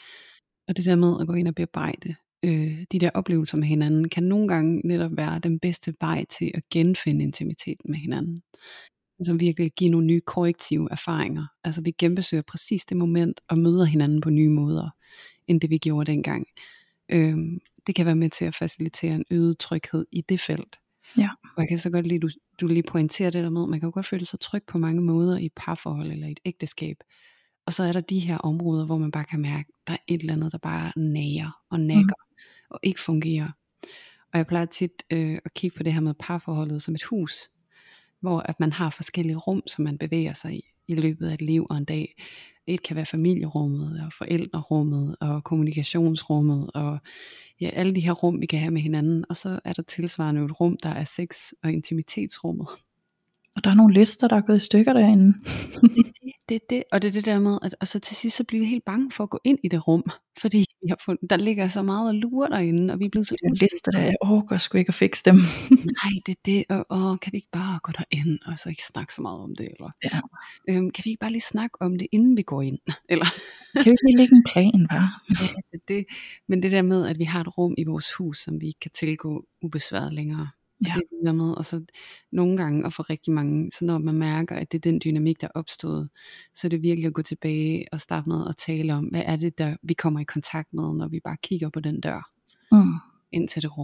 Og det der med at gå ind og bearbejde øh, de der oplevelser med hinanden, kan nogle gange netop være den bedste vej til at genfinde intimiteten med hinanden. Altså virkelig give nogle nye korrektive erfaringer. Altså vi genbesøger præcis det moment, og møder hinanden på nye måder, end det vi gjorde dengang. Øhm, det kan være med til at facilitere en øget tryghed i det felt. Ja. Og jeg kan så godt lide, du, du lige pointerer det der med, man kan jo godt føle sig tryg på mange måder i et parforhold eller i et ægteskab. Og så er der de her områder, hvor man bare kan mærke, der er et eller andet, der bare nager og nakker, mm. og ikke fungerer. Og jeg plejer tit øh, at kigge på det her med parforholdet som et hus, hvor at man har forskellige rum, som man bevæger sig i, i løbet af et liv og en dag. Et kan være familierummet, og forældrerummet, og kommunikationsrummet, og ja, alle de her rum, vi kan have med hinanden. Og så er der tilsvarende et rum, der er sex- og intimitetsrummet. Og der er nogle lister, der er gået i stykker derinde. det, det, det, det, og det er det der med, at, og så til sidst så bliver vi helt bange for at gå ind i det rum, fordi vi har fundet, der ligger så meget og lurer derinde, og vi er blevet så usikre. Lister der, jeg overgår sgu ikke at fikse dem. Nej, det er det, og, og kan vi ikke bare gå derind, og så ikke snakke så meget om det, eller ja. øhm, kan vi ikke bare lige snakke om det, inden vi går ind, eller kan vi ikke lige lægge en plan, hva'? ja, det, det, men det der med, at vi har et rum i vores hus, som vi ikke kan tilgå ubesværet længere. Og ja. Det er det der med, og så nogle gange, og for rigtig mange, så når man mærker, at det er den dynamik, der er opstået, så er det virkelig at gå tilbage og starte med at tale om, hvad er det, der vi kommer i kontakt med, når vi bare kigger på den dør, mm. ind til det rum.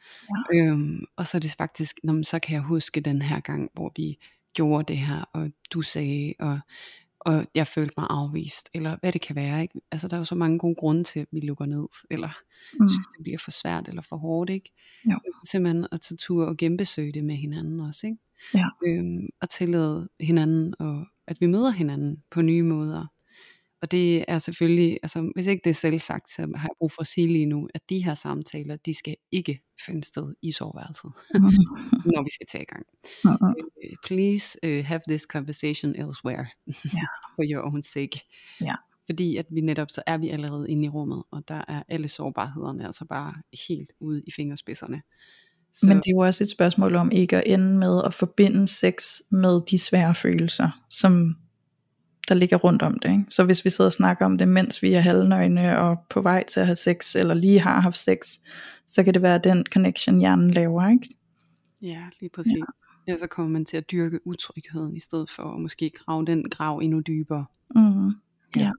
Ja. Øhm, og så er det faktisk, nå, men så kan jeg huske den her gang, hvor vi gjorde det her, og du sagde, og, og jeg følte mig afvist, eller hvad det kan være, ikke? Altså der er jo så mange gode grunde til, at vi lukker ned, eller Mm. synes, det bliver for svært, eller for hårdt, ikke? Jo. Simpelthen at tage tur og genbesøge det med hinanden også, ikke? Ja. Øhm, og tillade hinanden, og at vi møder hinanden på nye måder. Og det er selvfølgelig, altså hvis ikke det er selvsagt, så har jeg brug for at sige lige nu, at de her samtaler, de skal ikke finde sted i soveværelset, når vi skal tage i gang. Mm-hmm. Uh, please uh, have this conversation elsewhere, Ja. for your own sake. Ja. Fordi at vi netop, så er vi allerede inde i rummet, og der er alle sårbarhederne altså bare helt ude i fingerspidserne. Så, Men det er jo også et spørgsmål om ikke at ende med at forbinde sex med de svære følelser, som der ligger rundt om det, ikke? Så hvis vi sidder og snakker om det, mens vi er halvnøgne og på vej til at have sex, eller lige har haft sex, så kan det være den connection hjernen laver, ikke? ja, lige præcis. Ja. Ja, så kommer man til at dyrke utrygheden, i stedet for at måske grave den grav endnu dybere. Mm. Ja. Ja.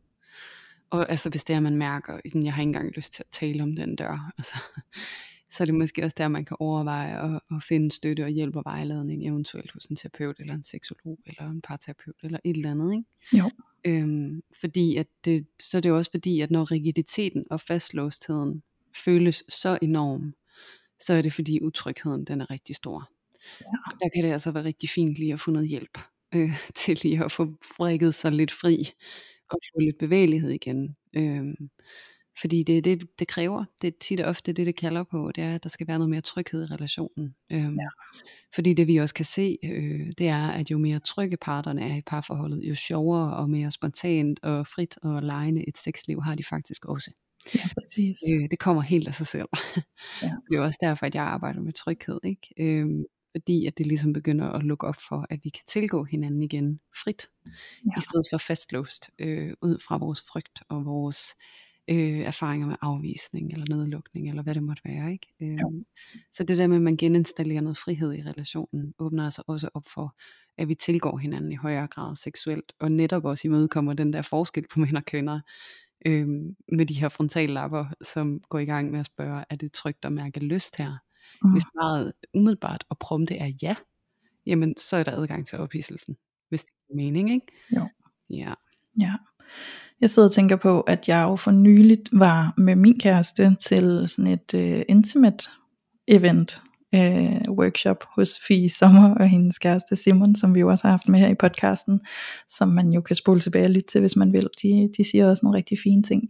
Og altså hvis det er, man mærker, sådan, jeg har ikke engang lyst til at tale om den dør, altså, så er det måske også der, man kan overveje at, at finde støtte og hjælp og vejledning, eventuelt hos en terapeut, eller en seksolog, eller en parterapeut, eller et eller andet, ikke? Jo. Øhm, fordi at det, så er det jo også fordi, at når rigiditeten og fastlåstheden føles så enorm, så er det fordi utrygheden, den er rigtig stor. Ja. Og der kan det altså være rigtig fint lige at få noget hjælp øh, til lige at få vrikket sig lidt fri, og få lidt bevægelighed igen. Øhm, fordi det er det, det kræver. Det er tit og ofte det, det kalder på. Det er, at der skal være noget mere tryghed i relationen. Øhm, Ja. Fordi det vi også kan se, øh, det er, at jo mere trygge parterne er i parforholdet, jo sjovere og mere spontant og frit og legende et sexliv har de faktisk også. Ja, præcis. Øh, det kommer helt af sig selv. Ja. Det er jo også derfor, at jeg arbejder med tryghed, ikke? Øhm, fordi at det ligesom begynder at lukke op for, at vi kan tilgå hinanden igen frit, Ja. i stedet for fastlåst, øh, ud fra vores frygt og vores øh, erfaringer med afvisning eller nedlukning, eller hvad det måtte være, ikke? Øhm, så det der med, at man geninstallerer noget frihed i relationen, åbner altså også op for, at vi tilgår hinanden i højere grad seksuelt, og netop også imødekommer den der forskel på mænd og kvinder, øhm, med de her frontallapper, som går i gang med at spørge, er det trygt at mærke lyst her? Mm. Hvis svaret umiddelbart og prompte er ja, jamen så er der adgang til ophidselsen, hvis det giver mening, ikke? Jo. Ja. Ja. Jeg sidder og tænker på, at jeg jo for nyligt var med min kæreste til sådan et uh, intimate event, uh, workshop hos Fie Sommer og hendes kæreste Simon, som vi jo også har haft med her i podcasten, som man jo kan spole tilbage og lytte til, hvis man vil. De, de siger også nogle rigtig fine ting.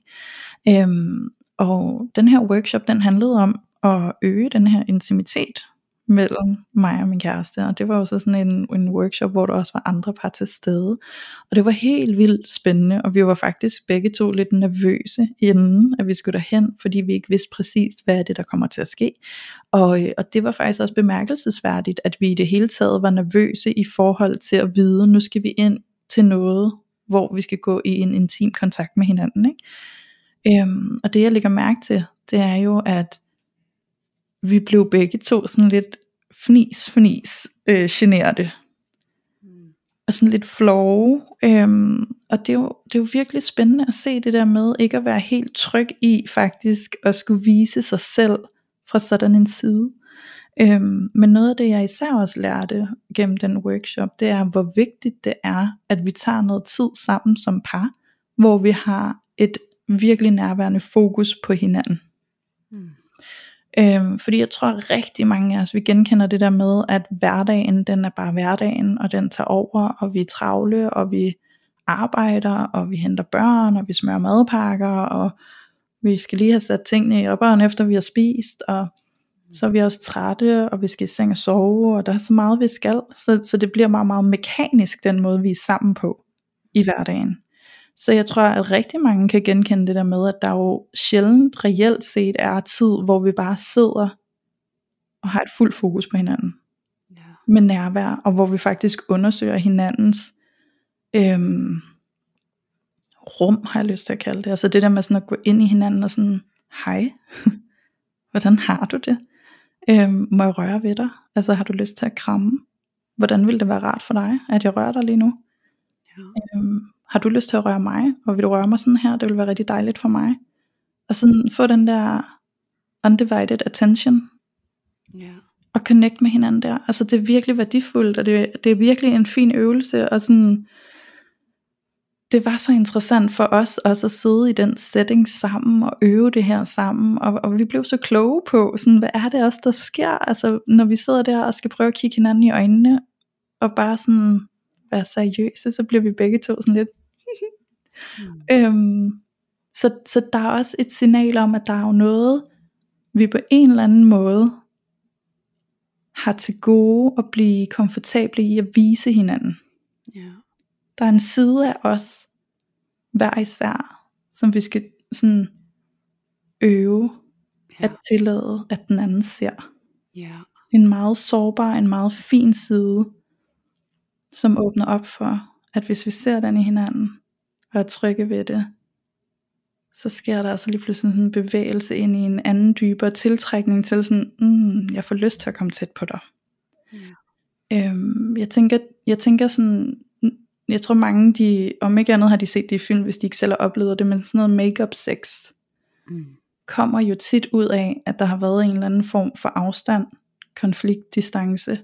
Um, og den her workshop, den handlede om at øge den her intimitet mellem mig og min kæreste, og det var jo så sådan en, en workshop, hvor der også var andre par til stede, og det var helt vildt spændende, og vi var faktisk begge to lidt nervøse inden, at vi skulle derhen, fordi vi ikke vidste præcist, hvad er det, der kommer til at ske, og, og det var faktisk også bemærkelsesværdigt, at vi i det hele taget var nervøse i forhold til at vide, nu skal vi ind til noget, hvor vi skal gå i en intim kontakt med hinanden, ikke? Øhm, og det jeg lægger mærke til, det er jo, at vi blev begge to sådan lidt fnis, fnis, øh, generede. Mm. Og sådan lidt flove. Øhm, og det er, jo, det er jo virkelig spændende at se det der med, ikke at være helt tryg i faktisk, at skulle vise sig selv fra sådan en side. Øhm, men noget af det, jeg især også lærte gennem den workshop, det er, hvor vigtigt det er, at vi tager noget tid sammen som par, hvor vi har et virkelig nærværende fokus på hinanden. Mm. Øhm, fordi jeg tror at rigtig mange af os, vi genkender det der med, at hverdagen, den er bare hverdagen, og den tager over, og vi er travle, og vi arbejder, og vi henter børn, og vi smører madpakker, og vi skal lige have sat tingene i opperen, efter vi har spist, og så er vi også trætte, og vi skal i seng og sove, og der er så meget vi skal, så, så det bliver meget, meget mekanisk, den måde vi er sammen på i hverdagen. Så jeg tror at rigtig mange kan genkende det der med, at der jo sjældent reelt set er tid, hvor vi bare sidder og har et fuldt fokus på hinanden, ja. Med nærvær, og hvor vi faktisk undersøger hinandens øhm, rum, har jeg lyst til at kalde det. Altså det der med sådan at gå ind i hinanden og sådan, hej, hvordan har du det? Øhm, må jeg røre ved dig? Altså har du lyst til at kramme? Hvordan vil det være rart for dig, at jeg rører dig lige nu? Ja. Øhm, har du lyst til at røre mig? Og vil du røre mig sådan her? Det vil være rigtig dejligt for mig. Og sådan få den der undivided attention Ja. Og connect med hinanden der. Altså det er virkelig værdifuldt, og det, det er virkelig en fin øvelse, og sådan, det var så interessant for os også at sidde i den setting sammen, og øve det her sammen, og, og vi blev så kloge på, sådan, hvad er det også, der sker, altså når vi sidder der og skal prøve at kigge hinanden i øjnene, og bare sådan være seriøse, så bliver vi begge to sådan lidt, mm. øhm, så, så der er også et signal om, at der er jo noget, vi på en eller anden måde, har til gode at blive komfortable i at vise hinanden. Ja. Der er en side af os, hver især, som vi skal sådan øve, ja. At tillade, at den anden ser. Ja. En meget sårbar, en meget fin side, som åbner op for, at hvis vi ser den i hinanden, og er trygge ved det, så sker der altså lige pludselig sådan en bevægelse ind i en anden dybere tiltrækning til sådan, mm, jeg får lyst til at komme tæt på dig. Ja. Øhm, jeg tænker, jeg tænker sådan, jeg tror mange, de, om ikke andet har de set det i film, hvis de ikke selv har oplevet det, men sådan noget make-up sex, mm. kommer jo tit ud af, at der har været en eller anden form for afstand, konflikt, distance.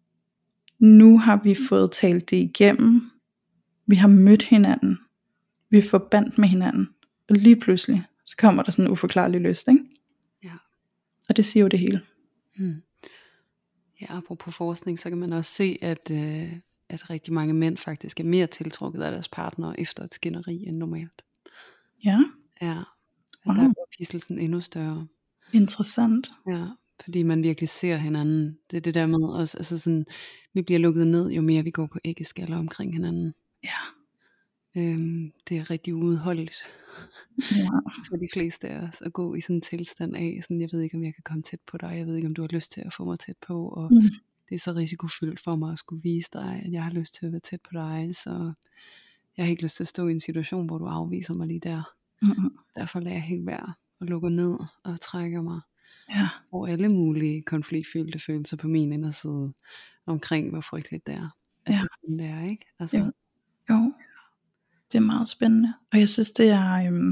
Nu har vi fået talt det igennem, vi har mødt hinanden, vi er forbandt med hinanden, og lige pludselig, så kommer der sådan en uforklarlig lyst, ikke? Ja. Og det siger jo det hele. Mm. Ja, apropos forskning, så kan man også se, at, øh, at rigtig mange mænd faktisk er mere tiltrukket af deres partnere efter et skænderi end normalt. Ja. Ja, wow. Der er ophidselsen endnu større. Interessant. Ja, fordi man virkelig ser hinanden. Det er det der med også, altså sådan, vi bliver lukket ned, jo mere vi går på æggeskaller omkring hinanden. Ja. Øhm, det er rigtig uudholdeligt ja. for de fleste af os at gå i sådan en tilstand af, sådan, jeg ved ikke om jeg kan komme tæt på dig, jeg ved ikke om du har lyst til at få mig tæt på, og mm. det er så risikofyldt for mig at skulle vise dig, at jeg har lyst til at være tæt på dig, så jeg har ikke lyst til at stå i en situation, hvor du afviser mig lige der. Mm-hmm. Derfor lader jeg helt være og lukker ned og trækker mig ja. over alle mulige konfliktfyldte følelser på min inderside omkring, hvor frygteligt det er. At ja. det er sådan, det er, ikke? Altså, jo. jo. Det er meget spændende. Og jeg synes det er øhm,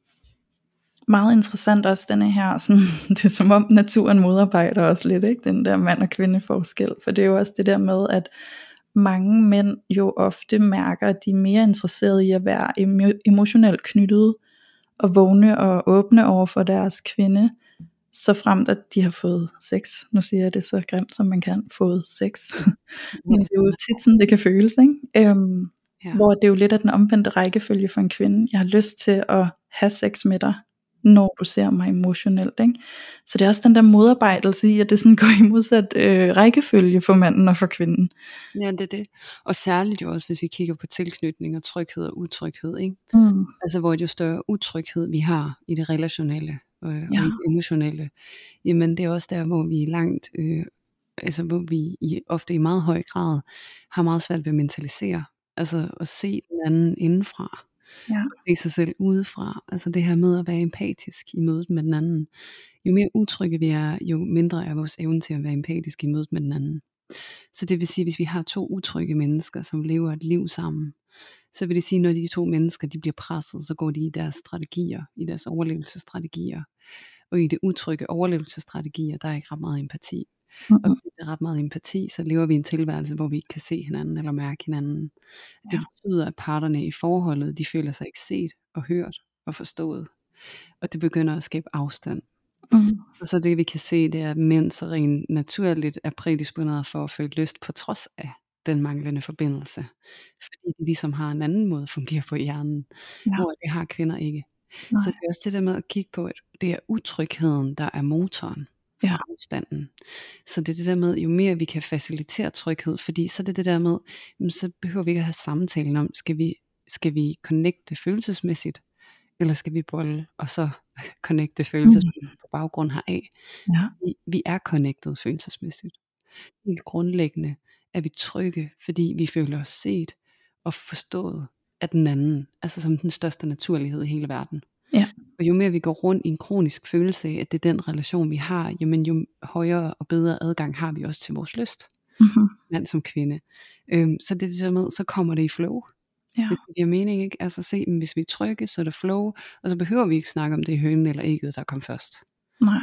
meget interessant også denne her sådan, det er som om naturen modarbejder også lidt, ikke? Den der mand og kvinde forskel. For det er jo også det der med at mange mænd jo ofte mærker at de er mere interesserede i at være emo- emotionelt knyttet og vågne og åbne over for deres kvinde, så fremt at de har fået sex. Nu siger jeg det så grimt som man kan, fået sex. Men det er jo tit sådan det kan føles, ikke? Øhm, Ja. Hvor det er jo lidt af den omvendte rækkefølge for en kvinde. Jeg har lyst til at have sex med dig, når du ser mig emotionelt, ikke? Så det er også den der modarbejdelse i, at det sådan går i modsat øh, rækkefølge for manden og for kvinden. Ja, det er det. Og særligt jo også, hvis vi kigger på tilknytning og tryghed og utryghed, ikke? Mm. Altså hvor jo større utryghed vi har i det relationelle øh, ja. og i det emotionelle, jamen det er også der, hvor vi er langt, øh, altså hvor vi i, ofte i meget høj grad har meget svært ved at mentalisere. Altså at se den anden indenfra, ja. se sig selv udefra, altså det her med at være empatisk i mødet med den anden. Jo mere utrygge vi er, jo mindre er vores evne til at være empatisk i mødet med den anden. Så det vil sige, hvis vi har to utrygge mennesker, som lever et liv sammen, så vil det sige, når de to mennesker de bliver presset, så går de i deres strategier, i deres overlevelsesstrategier. Og i det utrygge overlevelsesstrategier, der er ikke ret meget empati. Mm-hmm. Og hvis der er ret meget empati, så lever vi i en tilværelse, hvor vi ikke kan se hinanden eller mærke hinanden. Ja. Det betyder, at parterne i forholdet, de føler sig ikke set og hørt og forstået. Og det begynder at skabe afstand. Mm. Og så det vi kan se, det er, at mænd så rent naturligt er prædisponeret for at føle lyst på trods af den manglende forbindelse. Fordi de ligesom har en anden måde at fungere på i hjernen, ja. Hvor det har kvinder ikke. Nej. Så det er også det der med at kigge på, at det er utrygheden, der er motoren. Ja. Afstanden. Så det er det der med, jo mere vi kan facilitere tryghed, fordi så er det det der med, så behøver vi ikke at have samtalen om, skal vi, skal vi connecte følelsesmæssigt, eller skal vi bolle, og så connecte følelsesmæssigt mm. på baggrund heraf. Ja. Vi, vi er connected følelsesmæssigt. Helt grundlæggende er vi trygge, fordi vi føler os set og forstået af den anden, altså som den største naturlighed i hele verden. Ja. Og jo mere vi går rundt i en kronisk følelse af, at det er den relation vi har, jamen jo højere og bedre adgang har vi også til vores lyst, mm-hmm. mand som kvinde. Øhm, så det er det der med, så kommer det i flow. Ja. Hvis det giver mening, ikke? Altså se, men hvis vi er trygge, så er der flow, og så behøver vi ikke snakke om det i hønen eller ægget, der kom først. Nej.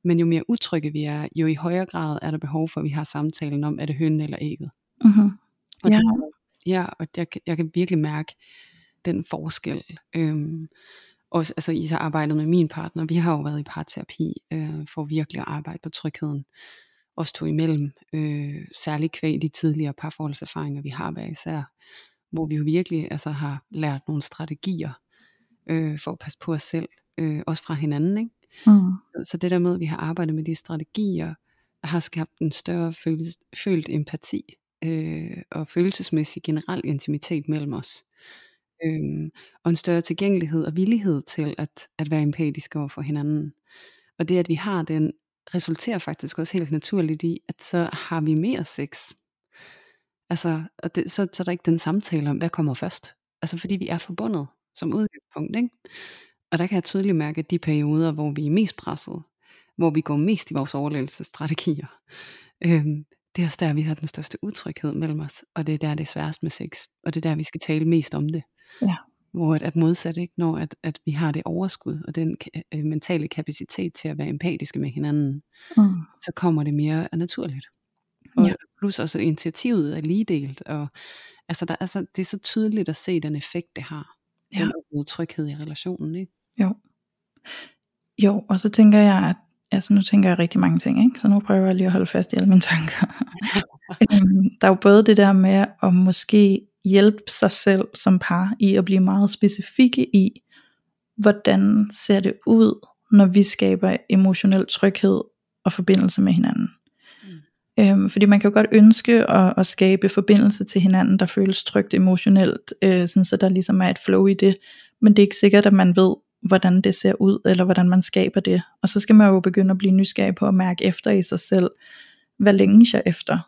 Men jo mere utrygge vi er, jo i højere grad er der behov for, at vi har samtalen om, er det hønen eller ægget. Mm-hmm. Og Ja. det, ja, og jeg, jeg kan virkelig mærke den forskel. Øhm, også, altså I har arbejdet med min partner, vi har jo været i parterapi, øh, for virkelig at arbejde på trygheden. Os to imellem, øh, særligt kvæg de tidligere parforholdserfaringer, vi har hver især, hvor vi jo virkelig altså, har lært nogle strategier, øh, for at passe på os selv, øh, også fra hinanden, ikke? Mm. Så det der med, at vi har arbejdet med de strategier, har skabt en større følelse, følt empati, øh, og følelsesmæssig generel intimitet mellem os. Øhm, og en større tilgængelighed og villighed til at, at være empatiske over for hinanden. Og det at vi har den, resulterer faktisk også helt naturligt i, at så har vi mere sex. Altså, og det, så, så er der ikke den samtale om, hvad kommer først. Altså fordi vi er forbundet som udgangspunkt, ikke? Og der kan jeg tydeligt mærke, at de perioder, hvor vi er mest presset, hvor vi går mest i vores overlevelsesstrategier, øhm, det er også der, vi har den største utryghed mellem os, og det er der, det er sværest med sex, og det er der, vi skal tale mest om det. Ja. Hvor at, at modsat, ikke, når at, at vi har det overskud, og den øh, mentale kapacitet til at være empatiske med hinanden, Mm. så kommer det mere naturligt. Og Ja. plus også initiativet er lige delt, og altså, der er så, det er så tydeligt at se den effekt, det har. Ja. Den oplevede tryghed i relationen, ikke? Jo. Jo, og så tænker jeg, at altså nu tænker jeg rigtig mange ting, ikke? Så nu prøver jeg lige at holde fast i alle mine tanker. øhm, der er jo både det der med at måske hjælpe sig selv som par i at blive meget specifikke i, hvordan ser det ud, når vi skaber emotionel tryghed og forbindelse med hinanden. Mm. Øhm, fordi man kan jo godt ønske at, at skabe forbindelse til hinanden, der føles trygt emotionelt, øh, sådan så der ligesom er et flow i det, men det er ikke sikkert, at man ved, hvordan det ser ud, eller hvordan man skaber det. Og så skal man jo begynde at blive nysgerrig på at mærke efter i sig selv, hvad længes jeg efter?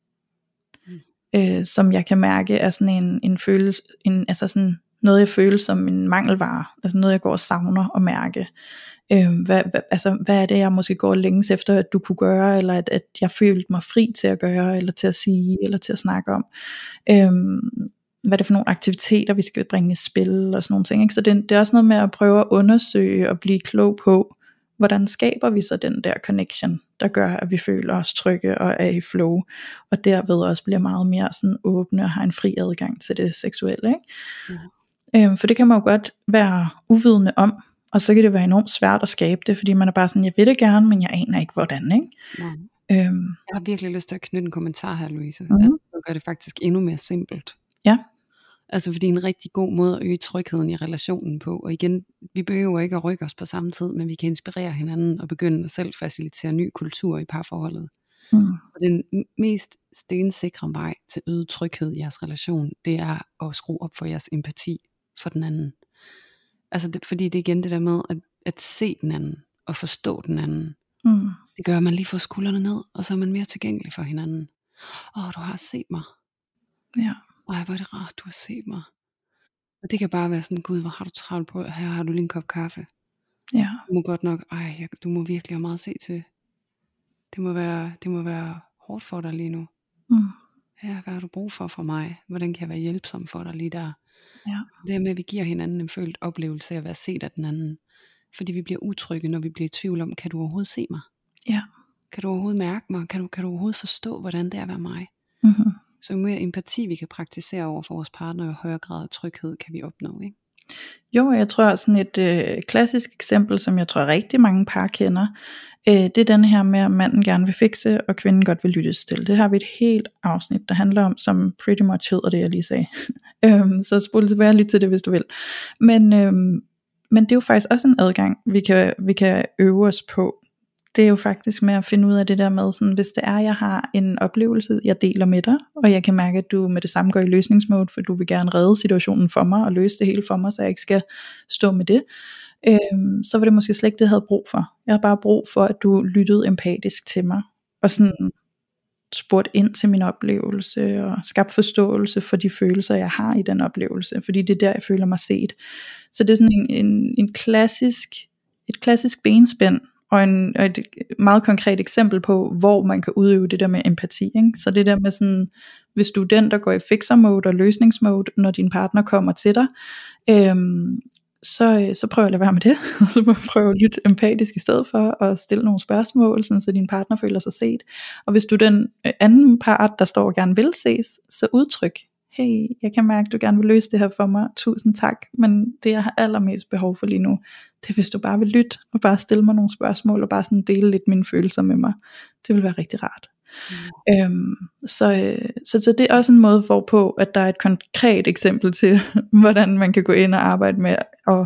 Mm. Øh, som jeg kan mærke er sådan en, en følelse, en, altså sådan noget jeg føler som en mangelvare, altså noget jeg går og savner at mærke. Øh, hvad, hvad, altså hvad er det jeg måske går længes efter at du kunne gøre, eller at, at jeg følte mig fri til at gøre, eller til at sige, eller til at snakke om. Øh, hvad er det for nogle aktiviteter vi skal bringe i spil og sådan nogle ting, ikke? Så det, det er også noget med at prøve at undersøge og blive klog på, hvordan skaber vi så den der connection, der gør at vi føler os trygge og er i flow, og derved også bliver meget mere sådan åbne og har en fri adgang til det seksuelle, ikke? Mm. Øhm, for det kan man jo godt være uvidende om, og så kan det være enormt svært at skabe det, fordi man er bare sådan, jeg vil det gerne, men jeg aner ikke hvordan, ikke? Mm. Øhm, jeg har virkelig lyst til at knytte en kommentar her, Louise. Mm-hmm. Altså, det gør det faktisk endnu mere simpelt. Ja. Altså fordi en rigtig god måde at øge trygheden i relationen på, og igen, vi behøver ikke at rykke os på samme tid, men vi kan inspirere hinanden og begynde at selv facilitere ny kultur i parforholdet. Mm. Og den mest stensikre vej til øget tryghed i jeres relation, det er at skrue op for jeres empati for den anden. Altså det, fordi det er igen det der med at, at se den anden og forstå den anden. Mm. Det gør at man lige får skuldrene ned, og så er man mere tilgængelig for hinanden. Åh, du har set mig. Ja. Ej, hvor er det rart, du har set mig. Og det kan bare være sådan, gud, hvor har du travlt på, her har du lige en kop kaffe. Ja. Du må godt nok, ej, jeg, du må virkelig have meget at se til. Det må være, det må være hårdt for dig lige nu. Mm. Ja, hvad har du brug for for mig? Hvordan kan jeg være hjælpsom for dig lige der? Ja. Det med, at vi giver hinanden en følt oplevelse af at være set af den anden. Fordi vi bliver utrygge, når vi bliver i tvivl om, kan du overhovedet se mig? Ja. Kan du overhovedet mærke mig? Kan du, kan du overhovedet forstå, hvordan det er at være mig? Mm-hmm. Så jo mere empati vi kan praktisere over for vores partner, og højere grad af tryghed kan vi opnå, ikke? Jo, jeg tror sådan et øh, klassisk eksempel, som jeg tror rigtig mange par kender, øh, det er den her med, at manden gerne vil fikse, og kvinden godt vil lyttes til. Det har vi et helt afsnit, der handler om, som pretty much hedder det, jeg lige sagde. øhm, så spol tilbage lidt til det, hvis du vil. Men, øhm, men det er jo faktisk også en adgang, vi kan, vi kan øve os på. Det er jo faktisk med at finde ud af det der med, sådan, hvis det er, jeg har en oplevelse, jeg deler med dig, og jeg kan mærke, at du med det samme går i løsningsmode, for du vil gerne redde situationen for mig, og løse det hele for mig, så jeg ikke skal stå med det, øhm, så var det måske slet ikke det, jeg havde brug for. Jeg havde bare brug for, at du lyttede empatisk til mig, og sådan spurgte ind til min oplevelse, og skabt forståelse for de følelser, jeg har i den oplevelse, fordi det er der, jeg føler mig set. Så det er sådan en, en, en klassisk, et klassisk benspænd, Og, en, og et meget konkret eksempel på, hvor man kan udøve det der med empati, ikke? Så det der med sådan, hvis du er den, der går i fixer mode og løsningsmode, når din partner kommer til dig, øhm, så, så prøv at lade være med det, og så prøv at lytte empatisk i stedet for, og stille nogle spørgsmål, sådan, så din partner føler sig set. Og hvis du er den anden part, der står og gerne vil ses, så udtryk, hey, jeg kan mærke, at du gerne vil løse det her for mig, tusind tak, men det jeg har allermest behov for lige nu, det er hvis du bare vil lytte, og bare stille mig nogle spørgsmål, og bare sådan dele lidt mine følelser med mig. Det vil være rigtig rart. Mm. Øhm, så, så, så det er også en måde hvorpå, at der er et konkret eksempel til, hvordan man kan gå ind og arbejde med at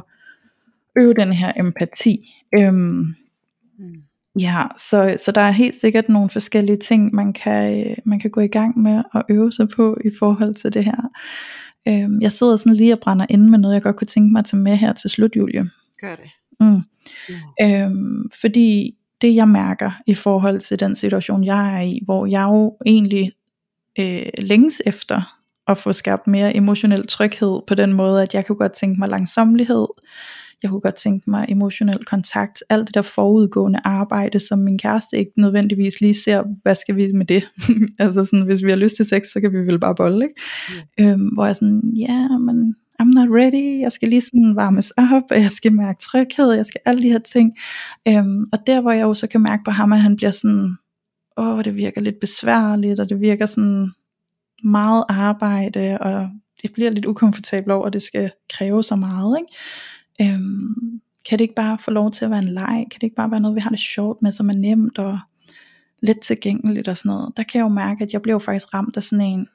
øve den her empati. Øhm, mm. Ja, så, så der er helt sikkert nogle forskellige ting, man kan, man kan gå i gang med at øve sig på i forhold til det her. Øhm, jeg sidder sådan lige og brænder inde med noget, jeg godt kunne tænke mig at tage med her til slut, Julie. Gør det. Mm. Ja. Øhm, fordi det jeg mærker i forhold til den situation jeg er i, hvor jeg jo egentlig øh, længes efter at få skabt mere emotionel tryghed på den måde, at jeg kunne godt tænke mig langsommelighed, jeg kunne godt tænke mig emotionel kontakt, alt det der forudgående arbejde, som min kæreste ikke nødvendigvis lige ser, hvad skal vi med det? Altså sådan, hvis vi har lyst til sex, så kan vi vel bare bolle, ikke? Yeah. Øhm, hvor jeg sådan, ja, yeah, men I'm not ready, jeg skal lige sådan varmes op, og jeg skal mærke tryghed, jeg skal alle de her ting. Øhm, og der hvor jeg jo så kan mærke på ham, at han bliver sådan, åh, det virker lidt besværligt, og det virker sådan meget arbejde, og det bliver lidt ukomfortabelt over, at det skal kræve så meget, ikke? Øhm, kan det ikke bare få lov til at være en leg? Kan det ikke bare være noget, vi har det sjovt med, som er nemt og let tilgængeligt og sådan noget? Der kan jeg jo mærke, at jeg blev faktisk ramt af sådan en,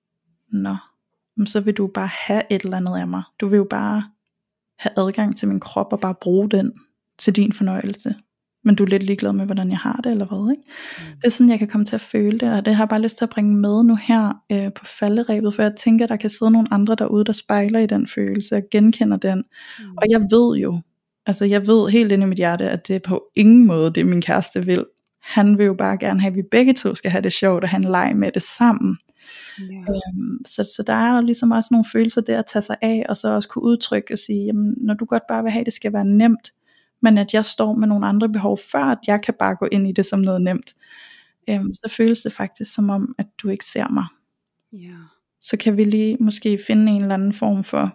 nå, så vil du bare have et eller andet af mig. Du vil jo bare have adgang til min krop og bare bruge den til din fornøjelse. Men du er lidt ligeglad med, hvordan jeg har det, eller hvad, ikke? Mm. Det er sådan, jeg kan komme til at føle det, og det har jeg bare lyst til at bringe med nu her øh, på falderebet, for jeg tænker, der kan sidde nogle andre derude, der spejler i den følelse, og genkender den. Mm. Og jeg ved jo, altså jeg ved helt inde i mit hjerte, at det er på ingen måde det, min kæreste vil. Han vil jo bare gerne have, at vi begge to skal have det sjovt, og have en leg med det sammen. Yeah. Øhm, så, så der er jo ligesom også nogle følelser der at tage sig af, og så også kunne udtrykke og sige, jamen, når du godt bare vil have, det skal være nemt, men at jeg står med nogle andre behov, før at jeg kan bare gå ind i det som noget nemt, øhm, så føles det faktisk som om, at du ikke ser mig. Yeah. Så kan vi lige måske finde en eller anden form for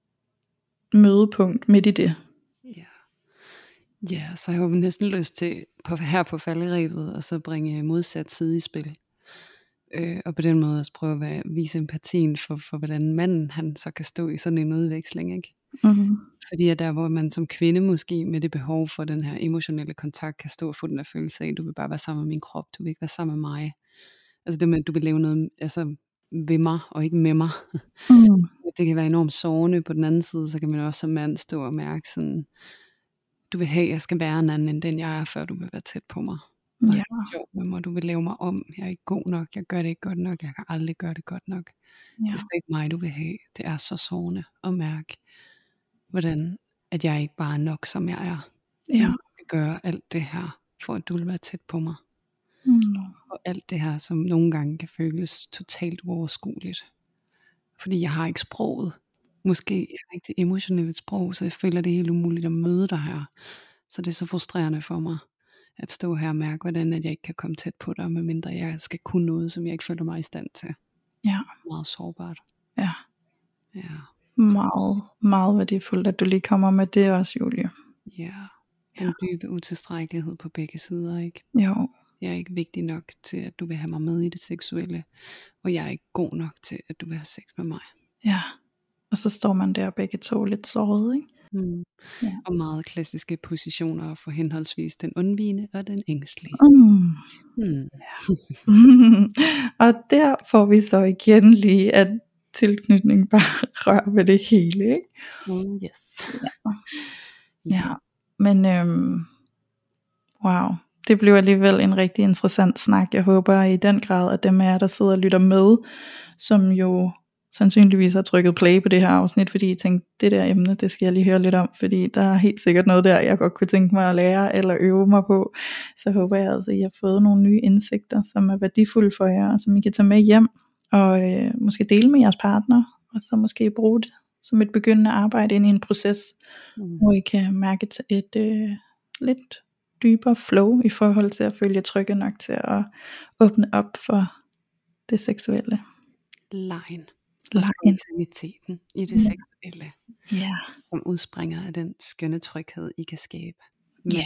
mødepunkt midt i det. Ja, yeah. Så jeg har næsten lyst til på, her på falderebet, og så bringe modsat side i spil. Øh, og på den måde også prøve at være, vise empatien for, for hvordan manden han så kan stå i sådan en udveksling, ikke? Mm-hmm. Fordi at der hvor man som kvinde måske med det behov for den her emotionelle kontakt kan stå og få den der følelse af, du vil bare være sammen med min krop, du vil ikke være sammen med mig, altså det med at du vil lave noget altså ved mig og ikke med mig. Mm. Det kan være enormt sårende. På den anden side så kan man også som mand stå og mærke sådan, du vil have at jeg skal være en anden end den jeg er, før du vil være tæt på mig. Og ja. Jo, men du vil lave mig om, jeg er ikke god nok, jeg gør det ikke godt nok, jeg kan aldrig gøre det godt nok. Ja. Det er slet ikke mig du vil have. Det er så sårende at mærke, hvordan at jeg ikke bare er nok som jeg er. Ja. Jeg kan gøre alt det her for at du vil være tæt på mig. Mm. Og alt det her som nogle gange kan føles totalt uoverskueligt, fordi jeg har ikke sproget, måske jeg har ikke det emotionelle sprog, så jeg føler det er helt umuligt at møde dig her. Så det er så frustrerende for mig at stå her og mærke, hvordan at jeg ikke kan komme tæt på dig, medmindre jeg skal kunne noget, som jeg ikke føler mig i stand til. Ja. Meget sårbart. Ja. Ja. Meget, meget værdifuldt, at du lige kommer med det også, Julie. Ja. Den ja. Dybe utilstrækkelighed på begge sider, ikke? Jo. Jeg er ikke vigtig nok til, at du vil have mig med i det seksuelle, og jeg er ikke god nok til, at du vil have sex med mig. Ja. Og så står man der begge to lidt såret, ikke? Mm. Ja. Og meget klassiske positioner for henholdsvis den undvigende og den ængstlige. Mm. Mm. Ja. Og der får vi så igen lige, at tilknytning bare rører ved det hele, ikke? Mm, yes. Ja. Ja. Men øhm, wow, det blev alligevel en rigtig interessant snak. Jeg håber i den grad, at dem af jer, der sidder og lytter med, som jo sandsynligvis har trykket play på det her afsnit, fordi I tænkte, det der emne, det skal jeg lige høre lidt om, fordi der er helt sikkert noget der, jeg godt kunne tænke mig at lære, eller øve mig på. Så håber jeg altså, at I har fået nogle nye indsigter, som er værdifulde for jer, og som I kan tage med hjem, og øh, måske dele med jeres partner, og så måske bruge det som et begyndende arbejde ind i en proces, mm. hvor I kan mærke et, et øh, lidt dybere flow, i forhold til at føle jer trygge nok til at åbne op for det seksuelle. Lejen. Og spontaniteten i det seksuelle. Ja. Som udspringer af den skønne tryghed, I kan skabe. Ja,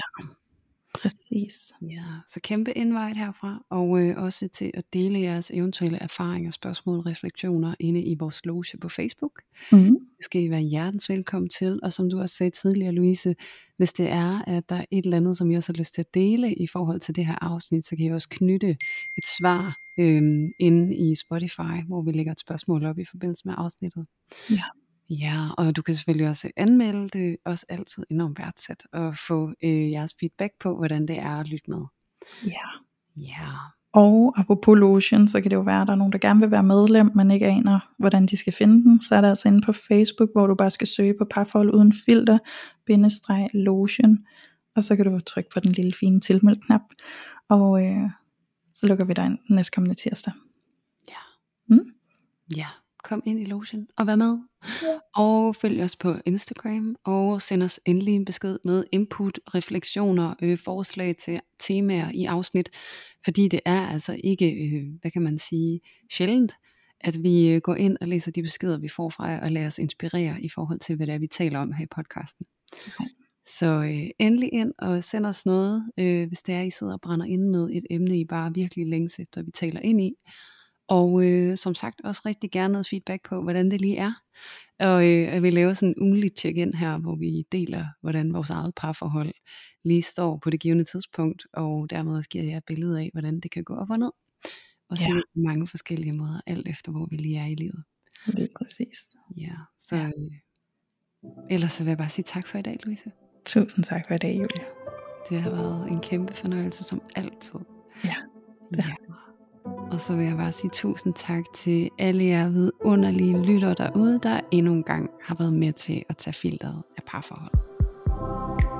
præcis. Ja, så kæmpe invite herfra, og øh, også til at dele jeres eventuelle erfaringer, spørgsmål, refleksioner inde i vores loge på Facebook. Mm. Det skal I være hjertens velkommen til, og som du også sagde tidligere, Louise, hvis det er, at der er et eller andet, som I også har lyst til at dele i forhold til det her afsnit, så kan I også knytte et svar øhm, inde i Spotify, hvor vi lægger et spørgsmål op i forbindelse med afsnittet. Ja. Ja, og du kan selvfølgelig også anmelde det, også altid enormt værdsat, og få øh, jeres feedback på, hvordan det er at lytte med. Ja. Ja. Og apropos logen, så kan det jo være, at der er nogen, der gerne vil være medlem, men ikke aner, hvordan de skal finde den. Så er der altså inde på Facebook, hvor du bare skal søge på parforhold uden filter, bindestreg logen, og så kan du trykke på den lille fine tilmeld-knap, og øh, så lukker vi dig ind næstkommende tirsdag. Ja. Mm? Ja, kom ind i logen og vær med. Ja. Og følg os på Instagram, og send os endelig en besked med input, refleksioner, øh, forslag til temaer i afsnit, fordi det er altså ikke, øh, hvad kan man sige, sjældent, at vi øh, går ind og læser de beskeder, vi får fra jer, og lader os inspirere i forhold til, hvad det er, vi taler om her i podcasten. Okay. Så øh, endelig ind og send os noget, øh, hvis det er, I sidder og brænder inde med et emne, I bare virkelig længes efter, vi taler ind i. Og øh, som sagt også rigtig gerne noget feedback på, hvordan det lige er. Og øh, at vi laver sådan en ugenlig check-in her, hvor vi deler, hvordan vores eget parforhold lige står på det givne tidspunkt, og dermed også giver jer et billede af, hvordan det kan gå op og ned. Og så Ja. mange forskellige måder, alt efter hvor vi lige er i livet. Det er præcis. Ja, så ja. Øh, ellers så vil jeg bare sige tak for i dag, Louise. Tusind tak for i dag, Julie. Det har været en kæmpe fornøjelse som altid. Ja, det ja. Og så vil jeg bare sige tusind tak til alle jer vidunderlige lyttere derude, der endnu en gang har været med til at tage filteret af parforhold.